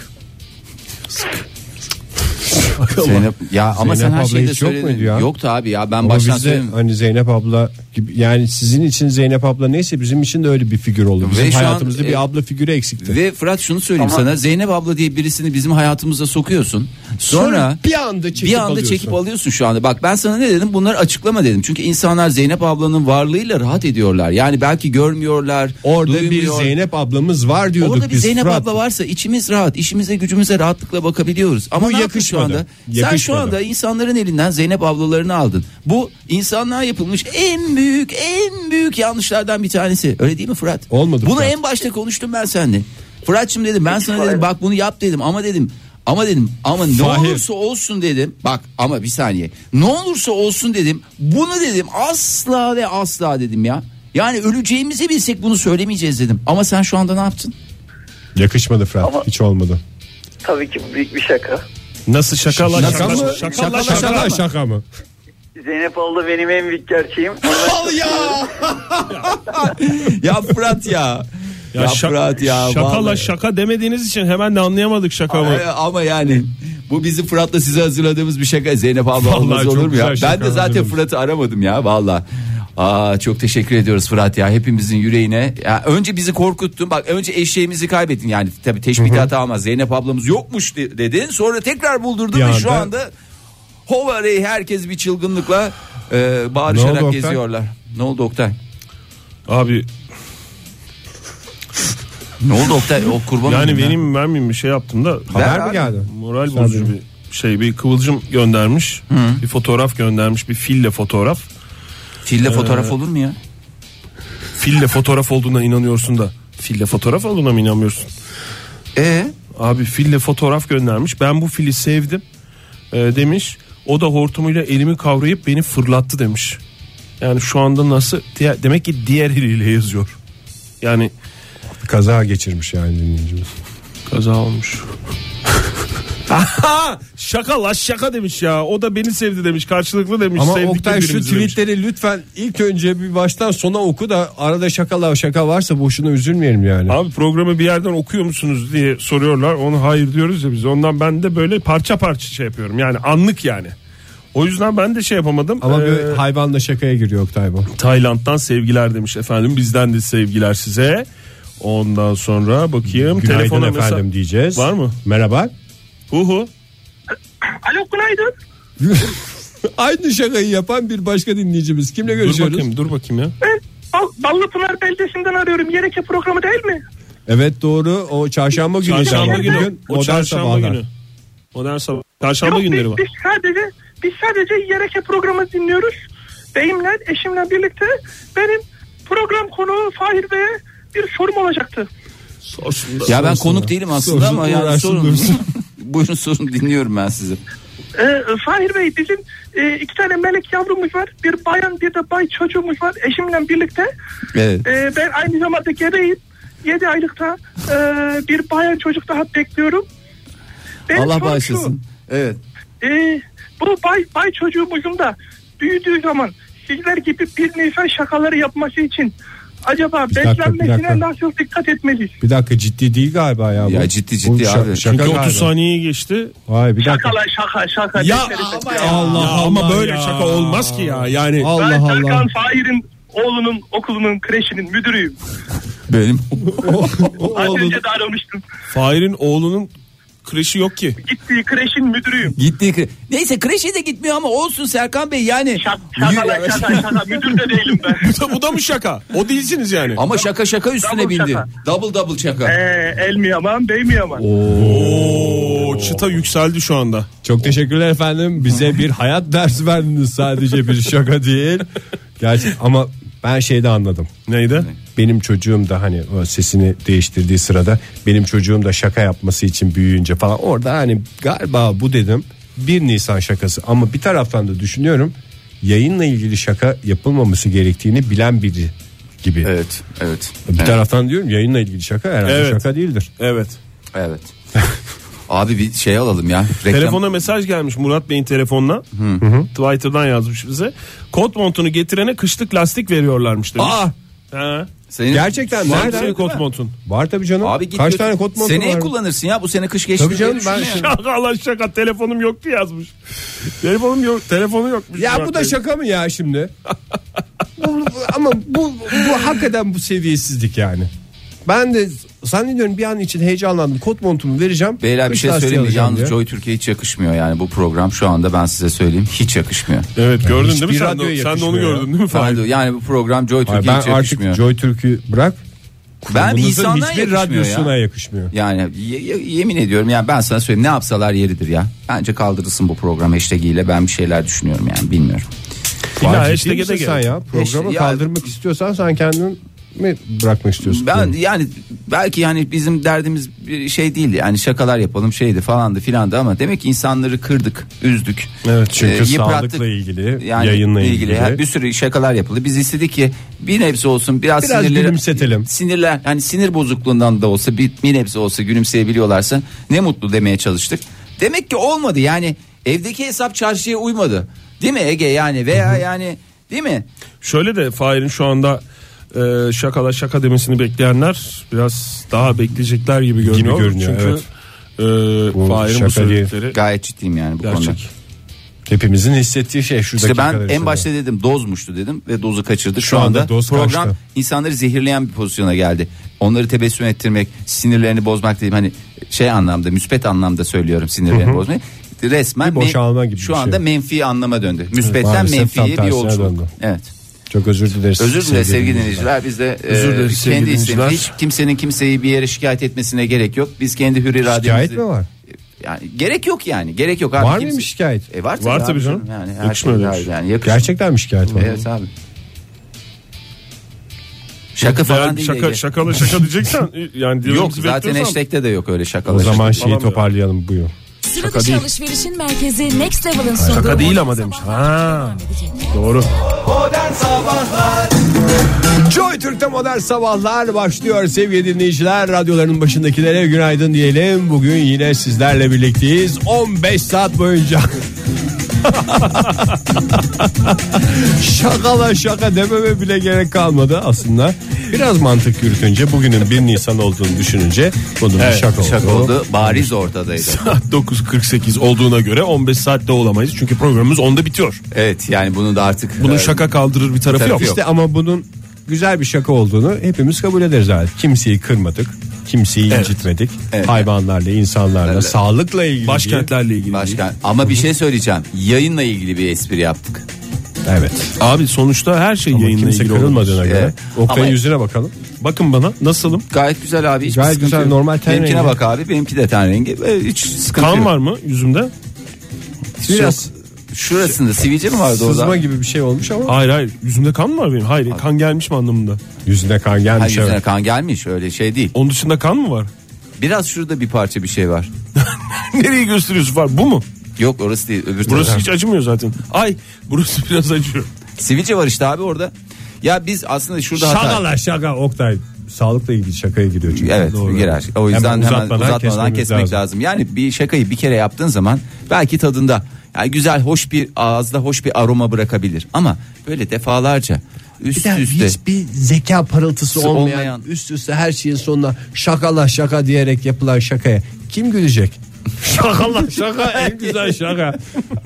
S5: Zeynep, ya ama
S3: Zeynep
S5: sen her şeyi de
S3: söyledin. Ya?
S5: Yoktu abi ya ben
S3: ama
S5: baştan
S3: söyleyeyim. Hani Zeynep abla gibi yani sizin için Zeynep abla neyse bizim için de öyle bir figür oldu. Bizim hayatımızda bir abla figürü eksikti.
S5: Ve Fırat şunu söyleyeyim sana, Zeynep abla diye birisini bizim hayatımıza sokuyorsun. Sonra
S3: bir anda
S5: çekip alıyorsun şu anda. Bak ben sana ne dedim? Bunları açıklama dedim. Çünkü insanlar Zeynep ablanın varlığıyla rahat ediyorlar. Yani belki görmüyorlar.
S3: Orada
S5: duymuyor.
S3: bir Zeynep ablamız var diyorduk biz.
S5: Orada bir Zeynep
S3: Fırat.
S5: abla varsa içimiz rahat. İşimize gücümüze rahatlıkla bakabiliyoruz. Ama
S3: bu
S5: ne
S3: yakışmadı.
S5: Şu anda? Sen şu anda insanların elinden Zeynep ablalarını aldın. Bu insanlığa yapılmış en büyük yanlışlardan bir tanesi. Öyle değil mi Fırat?
S3: Olmadı.
S5: Bunu
S3: Fırat.
S5: en başta konuştum ben seninle. Fırat'cığım dedim ben sana dedim bak bunu yap dedim ama ne olursa olsun dedim. Bak ama bir saniye. Ne olursa olsun dedim. Bunu dedim asla ve asla dedim ya. Yani öleceğimizi bilsek bunu söylemeyeceğiz dedim. Ama sen şu anda ne yaptın?
S3: Yakışmadı Fırat.
S14: Ama
S3: hiç olmadı.
S14: Tabii ki bu büyük bir şaka.
S4: Nasıl şaka
S3: Şaka mı?
S14: Zeynep abla benim en büyük gerçeğim.
S3: Al ya.
S5: Ya Fırat ya. Ya Fırat ya.
S4: Şakala
S5: vallahi.
S4: şaka demediğiniz için hemen de anlayamadık şaka mı?
S5: Ama yani bu bizim Fırat'la size hazırladığımız bir şaka. Zeynep abla olmaz olur mu ya? Ben de zaten Fırat'ı aramadım ya valla. Çok teşekkür ediyoruz Fırat ya, hepimizin yüreğine. Ya önce bizi korkuttun, bak önce eşeğimizi kaybettin yani tabii teşbihat almaz. Zeynep ablamız yokmuş dedin, sonra tekrar buldurdun ve şu anda Hovarey herkes bir çılgınlıkla bağırışarak geziyorlar. Ne oldu Oktay?
S4: Abi
S5: ne oldu Oktay? O kurban
S4: yani benim vermeyeyim bir şey yaptım da.
S3: Haber mi geldi?
S4: Moral bozucu bir kıvılcım göndermiş. Bir fotoğraf göndermiş, bir fille fotoğraf.
S5: Fille fotoğraf olur mu ya?
S4: Fille fotoğraf olduğuna inanıyorsun da fille fotoğraf olduğuna mı inanmıyorsun? Abi fille fotoğraf göndermiş. Ben bu fili sevdim demiş. O da hortumuyla elimi kavrayıp beni fırlattı demiş. Yani şu anda nasıl? Demek ki diğer eliyle yazıyor. Yani
S3: kaza geçirmiş yani dinleyicimiz.
S4: Kaza olmuş. Şaka demiş ya. O da beni sevdi demiş, karşılıklı demiş.
S3: Ama Oktay şu tweetleri demiş. Lütfen ilk önce bir baştan sona oku da arada şaka varsa boşuna üzülmeyelim yani.
S4: Abi programı bir yerden okuyor musunuz diye soruyorlar. Onu hayır diyoruz ya biz. Ondan ben de böyle parça şey yapıyorum. Yani anlık yani. O yüzden ben de şey yapamadım.
S3: Ama bir hayvanla şakaya giriyor Oktay bu.
S4: Tayland'dan sevgiler demiş efendim. Bizden de sevgiler size. Ondan sonra bakayım.
S3: Günaydın
S4: telefona
S3: efendim diyeceğiz.
S4: Var mı?
S3: Merhaba.
S10: Alo günaydın.
S3: Aynı şakayı yapan bir başka dinleyicimiz. Kimle görüşüyoruz?
S4: Dur bakayım ya.
S10: Ben Ballıpınar beldesinden arıyorum. Yereke programı değil mi?
S3: Evet doğru. O çarşamba günü.
S4: O çarşamba günü. Modern sabah. Çarşamba günleri var.
S10: Biz sadece Yereke programı dinliyoruz. Beyimle, eşimle birlikte benim program konuğu Fahir Bey'e bir sorum olacaktı.
S5: Ya ben konuk değilim aslında ama yani sorun. Buyurun sorun, dinliyorum ben sizi.
S10: Fahir Bey, bizim 2 tane melek yavrumuz var. Bir bayan bir de bay çocuğumuz var eşimle birlikte.
S5: Evet.
S10: Ben aynı zamanda gebeyim. 7 aylıkta bir bayan çocuk daha bekliyorum.
S5: Allah bağışlasın. Evet.
S10: Bu bay çocuğumuzun da büyüdüğü zaman sizler gibi 1 Nisan şakaları yapması için acaba beslenmesine nasıl dikkat etmeliyiz?
S3: Bir dakika, ciddi değil galiba ya.
S5: Ya ciddi abi.
S4: Çünkü 30 saniyeyi geçti.
S3: Vay, bir dakika.
S10: Şaka.
S4: Ya ama böyle şaka olmaz ki ya. Yani
S10: ben Serkan Fahir'in oğlunun okulunun kreşinin müdürüyüm.
S5: Benim
S10: Az önce de aramıştım.
S4: Fahir'in oğlunun kreşi yok ki.
S10: Gittiği kreşin müdürüyüm.
S5: Neyse kreşe de gitmiyor ama olsun Serkan Bey yani.
S10: Şaka müdür de değilim ben.
S4: Bu da mı şaka? O değilsiniz yani.
S5: Ama şaka üstüne
S10: double
S5: bindi.
S10: Şaka.
S5: Double şaka.
S10: El mi yaman bey mi yaman?
S4: Çıta yükseldi şu anda.
S3: Çok teşekkürler efendim. Bize bir hayat dersi verdiniz, sadece bir şaka değil. Gerçi ama ben şeyde anladım.
S4: Neydi?
S3: Benim çocuğum da hani o sesini değiştirdiği sırada benim çocuğum da şaka yapması için büyüyünce falan, orada hani galiba bu dedim 1 Nisan şakası, ama bir taraftan da düşünüyorum yayınla ilgili şaka yapılmaması gerektiğini bilen biri gibi.
S5: Evet.
S3: Bir taraftan diyorum yayınla ilgili şaka herhalde şaka değildir.
S4: Evet.
S5: Abi bir şey alalım ya.
S4: Telefona mesaj gelmiş Murat Bey'in telefonuna. Twitter'dan yazmış bize. Kot montunu getirene kışlık lastik veriyorlarmış demiş.
S3: Gerçekten
S4: nerede senin kot montun?
S3: Var tabii canım.
S5: Abi
S3: kaç tane kot montun
S5: seneye
S3: var?
S5: kullanırsın ya, bu sene kış geçti.
S3: Tabii canım, ben
S4: şaka telefonum yoktu yazmış. Telefonu yokmuş.
S3: Ya bu da şaka mı ya şimdi? Ama bu hakikaten bu seviyesizlik yani. Ben de zannediyorum bir an için heyecanlandım. Kot montumu vereceğim.
S5: Beyler bir şey söyleyeyim mi? Yalnız Joy Türkiye hiç yakışmıyor yani bu program şu anda, ben size söyleyeyim, hiç yakışmıyor.
S4: Evet, gördün değil mi sen de onu gördün değil mi Fahir?
S5: Yani bu program Joy Türkiye hiç yakışmıyor.
S3: Ben artık Joy Türkiye bırak.
S5: Ben insanlar
S3: hiçbir radyosuna yakışmıyor.
S5: Yani yemin ediyorum yani, ben sana söyleyeyim, ne yapsalar yeridir ya. Bence kaldırırsın bu program hashtag-iyle, ben bir şeyler düşünüyorum yani, bilmiyorum.
S3: İlla hashtag'e de sen ya. Programı kaldırmak istiyorsan sen kendin mi bırakmak istiyorsun?
S5: Ben yani belki yani bizim derdimiz bir şey değildi yani, şakalar yapalım şeydi falandı filandı, ama demek ki insanları kırdık, üzdük.
S3: Evet, çünkü sağlıkla ilgili, yani yayınla ilgili
S5: bir sürü şakalar yapıldı. Biz istedik ki bir nebze olsun biraz
S3: gülümsetelim.
S5: Sinirler hani sinir bozukluğundan da olsa bir nebze olsa gülümseyebiliyorlarsa ne mutlu demeye çalıştık. Demek ki olmadı yani, evdeki hesap çarşıya uymadı. Değil mi Ege yani, veya yani değil mi?
S4: Şöyle de Fahir'in şu anda şaka demesini bekleyenler biraz daha bekleyecekler gibi görünüyor. Çünkü
S3: evet.
S4: Fahir'in bu söyledikleri
S5: gayet ciddiyim yani bu konuda.
S3: Hepimizin hissettiği şey şu
S5: İşte ben
S3: içinde.
S5: en başta dedim dozmuştu dedim ve dozu kaçırdık. Şu
S3: anda doz
S5: program
S3: kaçtı.
S5: insanları zehirleyen bir pozisyona geldi. Onları tebessüm ettirmek, sinirlerini bozmak değil, hani şey anlamda, müspet anlamda söylüyorum, sinirlerini bozmayı. Resmen
S3: boşalma gibi
S5: şu anda menfi anlama döndü. Müspetten menfiye bir yolculuk. Evet.
S3: Çok özür dileriz.
S5: Özür dileriz sevgili dinleyiciler. Biz de kendi isteğimiz, hiç kimsenin kimseyi bir yere şikayet etmesine gerek yok. Biz kendi hür irademizi.
S3: Şikayet mi var?
S5: Yani gerek yok yani. Gerek yok abi.
S3: Var mıymış şikayet?
S5: Var
S4: tabii canım.
S5: Yani her şey yani
S3: gerçekten mi şikayet var?
S5: Evet abi. Şaka falan değil.
S4: Şaka diyeceksen yani
S5: yok zaten hashtag'te de yok öyle şakalar.
S3: O zaman şeyi toparlayalım, buyur.
S9: Sıra dışı alışverişin merkezi Next Level'ın sunduğu
S4: şaka değil ama demiş. Doğru.
S2: Modern Sabahlar.
S3: Joy Türk'te Modern Sabahlar başlıyor sevgili dinleyiciler. Radyoların başındakilere günaydın diyelim. Bugün yine sizlerle birlikteyiz 15 saat boyunca. Şaka dememe bile gerek kalmadı aslında. Biraz mantık yürütünce, bugünün 1 Nisan olduğunu düşününce bunun şaka
S5: oldu. Bariz ortadaydı.
S4: Saat 9.48 olduğuna göre 15 saatte olamayız. Çünkü programımız 10'da bitiyor.
S5: Evet yani bunun da artık
S4: bunun şaka kaldırır bir tarafı yok.
S3: İşte ama bunun güzel bir şaka olduğunu hepimiz kabul ederiz abi. Kimseyi kırmadık. Kimseyi incitmedik. Evet. Hayvanlarla, insanlarla, sağlıkla ilgili.
S4: Başkentlerle ilgili.
S5: Ama bir şey söyleyeceğim. Yayınla ilgili bir espri yaptık.
S3: Evet.
S4: Abi sonuçta her şey yayınla ilgili.
S3: Kimse kırılmadığına göre. Oktay'ın yüzüne bakalım.
S4: Bakın bana nasılım?
S5: Gayet güzel abi.
S3: Gayet güzel, normal ten rengi.
S5: Benimkine bak abi. Benimki de ten rengi. Hiç sıkıntı
S4: kan
S5: yok.
S4: var mı yüzümde?
S3: Biraz.
S5: Şurasında sivilce mi vardı orada?
S3: Sızma gibi bir şey olmuş ama.
S4: Hayır. Yüzümde kan mı var benim? Hayır. Abi. Kan gelmiş mi anlamında?
S3: Yüzüne kan gelmiş.
S5: Yüzüne kan gelmiş, öyle şey değil.
S4: Onun dışında kan mı var?
S5: Biraz şurada bir parça bir şey var.
S4: Nereyi gösteriyorsun var? Bu mu?
S5: Yok orası değil, öbür
S4: Burası
S5: taraf.
S4: hiç acımıyor zaten. Ay burası biraz acıyor.
S5: Sivilce var işte abi orada. Ya biz aslında şurada
S3: Şaka Oktay. Sağlıkla ilgili şakaya giriyor çünkü.
S5: Evet
S3: Doğru.
S5: girer. O yüzden hemen uzatmadan
S3: kesmemiz
S5: kesmek lazım. Yani bir şakayı bir kere yaptığın zaman belki tadında yani güzel, hoş bir ağızda hoş bir aroma bırakabilir. Ama böyle defalarca üst üste
S3: hiçbir zeka parıltısı olmayan üst üste her şeyin sonuna şaka diyerek yapılan şakaya kim gülecek? Şaka en güzel şaka.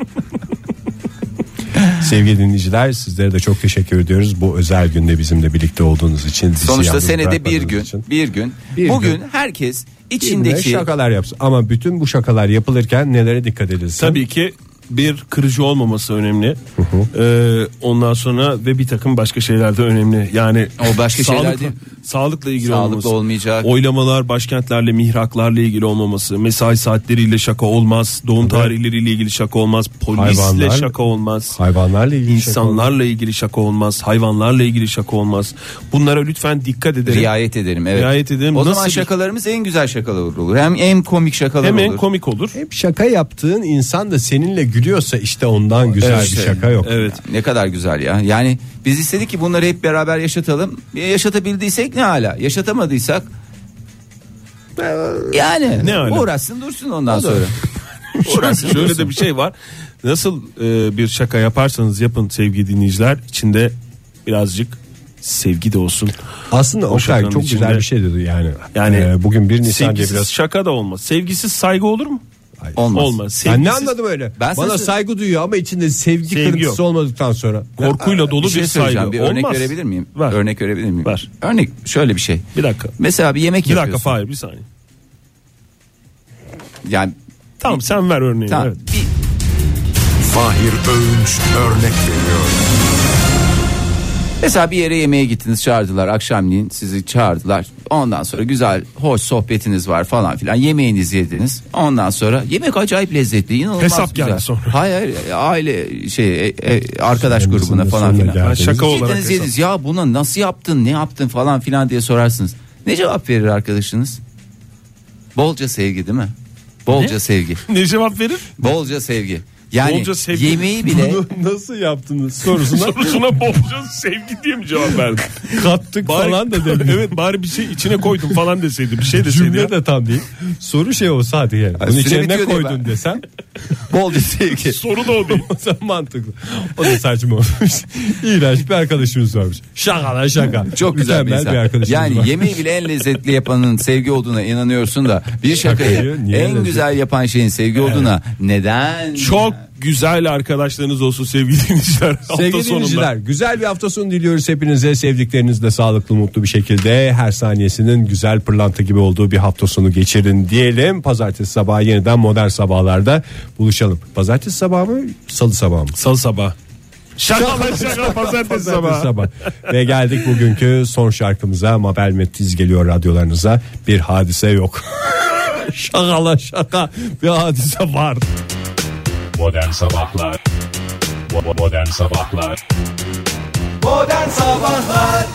S3: Sevgili dinleyiciler, sizlere de çok teşekkür ediyoruz. Bu özel günde bizimle birlikte olduğunuz için.
S5: Sonuçta senede bir gün. Bugün herkes içindeki
S3: şakalar yapsın. Ama bütün bu şakalar yapılırken nelere dikkat edilsin?
S4: Tabii ki bir kırıcı olmaması önemli. Ondan sonra ve bir takım başka şeyler de önemli. Yani
S5: o başka şeyler değil.
S4: Sağlıkla ilgili
S5: Sağlıklı
S4: olmaması.
S5: olmayacak.
S4: Oylamalar, başkentlerle, mihraklarla ilgili olmaması. Mesai saatleriyle şaka olmaz. Doğum tarihleriyle ilgili şaka olmaz. Polisle şaka olmaz.
S3: Hayvanlarla ilgili
S4: insanlarla ilgili şaka olmaz. Hayvanlarla ilgili şaka olmaz. Bunlara lütfen dikkat edelim.
S5: Riayet edelim. Evet.
S4: Riayet edelim.
S5: O zaman şakalarımız en güzel şakalar olur. Hem en komik şakalar olur.
S4: Hem en komik olur.
S3: Hep şaka yaptığın insan da seninle gülüyorsa işte ondan güzel bir şaka yok.
S4: Evet.
S5: Ne kadar güzel ya. Yani biz istedik ki bunları hep beraber yaşatalım. Yaşatabildiysek ne hala. Yaşatamadıysak yani
S4: ne hala?
S5: Uğraşsın dursun ondan sonra.
S4: Şöyle de bir şey var. Nasıl bir şaka yaparsanız yapın sevgili dinleyiciler, içinde birazcık sevgi de olsun.
S3: Aslında Oktay çok güzel bir şey dedi yani bugün 1 Nisan diye biraz
S4: şaka da olmaz. Sevgisiz saygı olur mu?
S3: Hayır.
S5: Olmaz.
S3: Ben ne anladım öyle? Bana saygı duyuyor ama içinde sevgi kırıntısı olmadıktan sonra.
S4: Korkuyla dolu bir saygı.
S5: Bir örnek verebilir miyim?
S4: Ver.
S5: Örnek verebilir miyim?
S4: Ver.
S5: Örnek şöyle bir şey.
S4: Bir dakika.
S5: Mesela bir yemek yapıyorsun.
S4: Bir dakika Fahir, bir saniye.
S5: Yani
S4: tamam sen ver örneği.
S5: Tamam.
S4: Evet.
S15: Fahir Öğünç örnek veriyor.
S5: Mesela bir yere yemeğe gittiniz, çağırdılar akşamleyin, sizi çağırdılar. Ondan sonra güzel hoş sohbetiniz var falan filan, yemeğinizi yediniz. Ondan sonra yemek acayip lezzetli, inanılmaz
S4: hesap
S5: güzel.
S4: geldi sonra.
S5: Hayır aile arkadaş grubuna falan filan.
S4: Şaka olarak
S5: yediniz, ya bunu nasıl yaptın, ne yaptın falan filan diye sorarsınız. Ne cevap verir arkadaşınız? Bolca sevgi değil mi? Bolca sevgi.
S4: Ne cevap verir?
S5: Bolca sevgi. Yani yemeği bile
S3: nasıl yaptınız sorusuna
S4: bolca sevgi diye mi cevap verdin?
S3: Kattık falan da dedim.
S4: Evet, bari bir şey içine koydum falan deseydi, bir şey deseydi.
S3: Cümle de tam değil. Soru şey olsa hadi yani. Bunun içine ne koydun desem.
S5: Bolca sevgi.
S4: Soru da o değil.
S3: O zaman mantıklı. O da saçma olmuş. İğrenç bir arkadaşımız varmış. Şaka.
S5: Çok güzel bir arkadaşımız yani var. Yemeği bile en lezzetli yapanın sevgi olduğuna inanıyorsun da bir şakayı en güzel yapan şeyin sevgi olduğuna neden?
S4: Çok güzel arkadaşlarınız olsun sevgili dinleyiciler.
S3: Sevgili dinleyiciler, güzel bir hafta sonu diliyoruz hepinize. Sevdiklerinizle sağlıklı, mutlu bir şekilde her saniyesinin güzel pırlanta gibi olduğu bir hafta sonu geçirin diyelim. Pazartesi sabahı yeniden Modern Sabahlar'da buluşalım. Pazartesi sabahı mı? Salı sabahı mı?
S4: Salı sabahı. Şaka pazartesi sabah.
S3: Ve geldik bugünkü son şarkımıza. Mabel Matiz geliyor radyolarınıza. Bir hadise yok. Şaka bir hadise var.
S1: Modern Sabahlar. Modern Sabahlar.
S2: Modern Sabahlar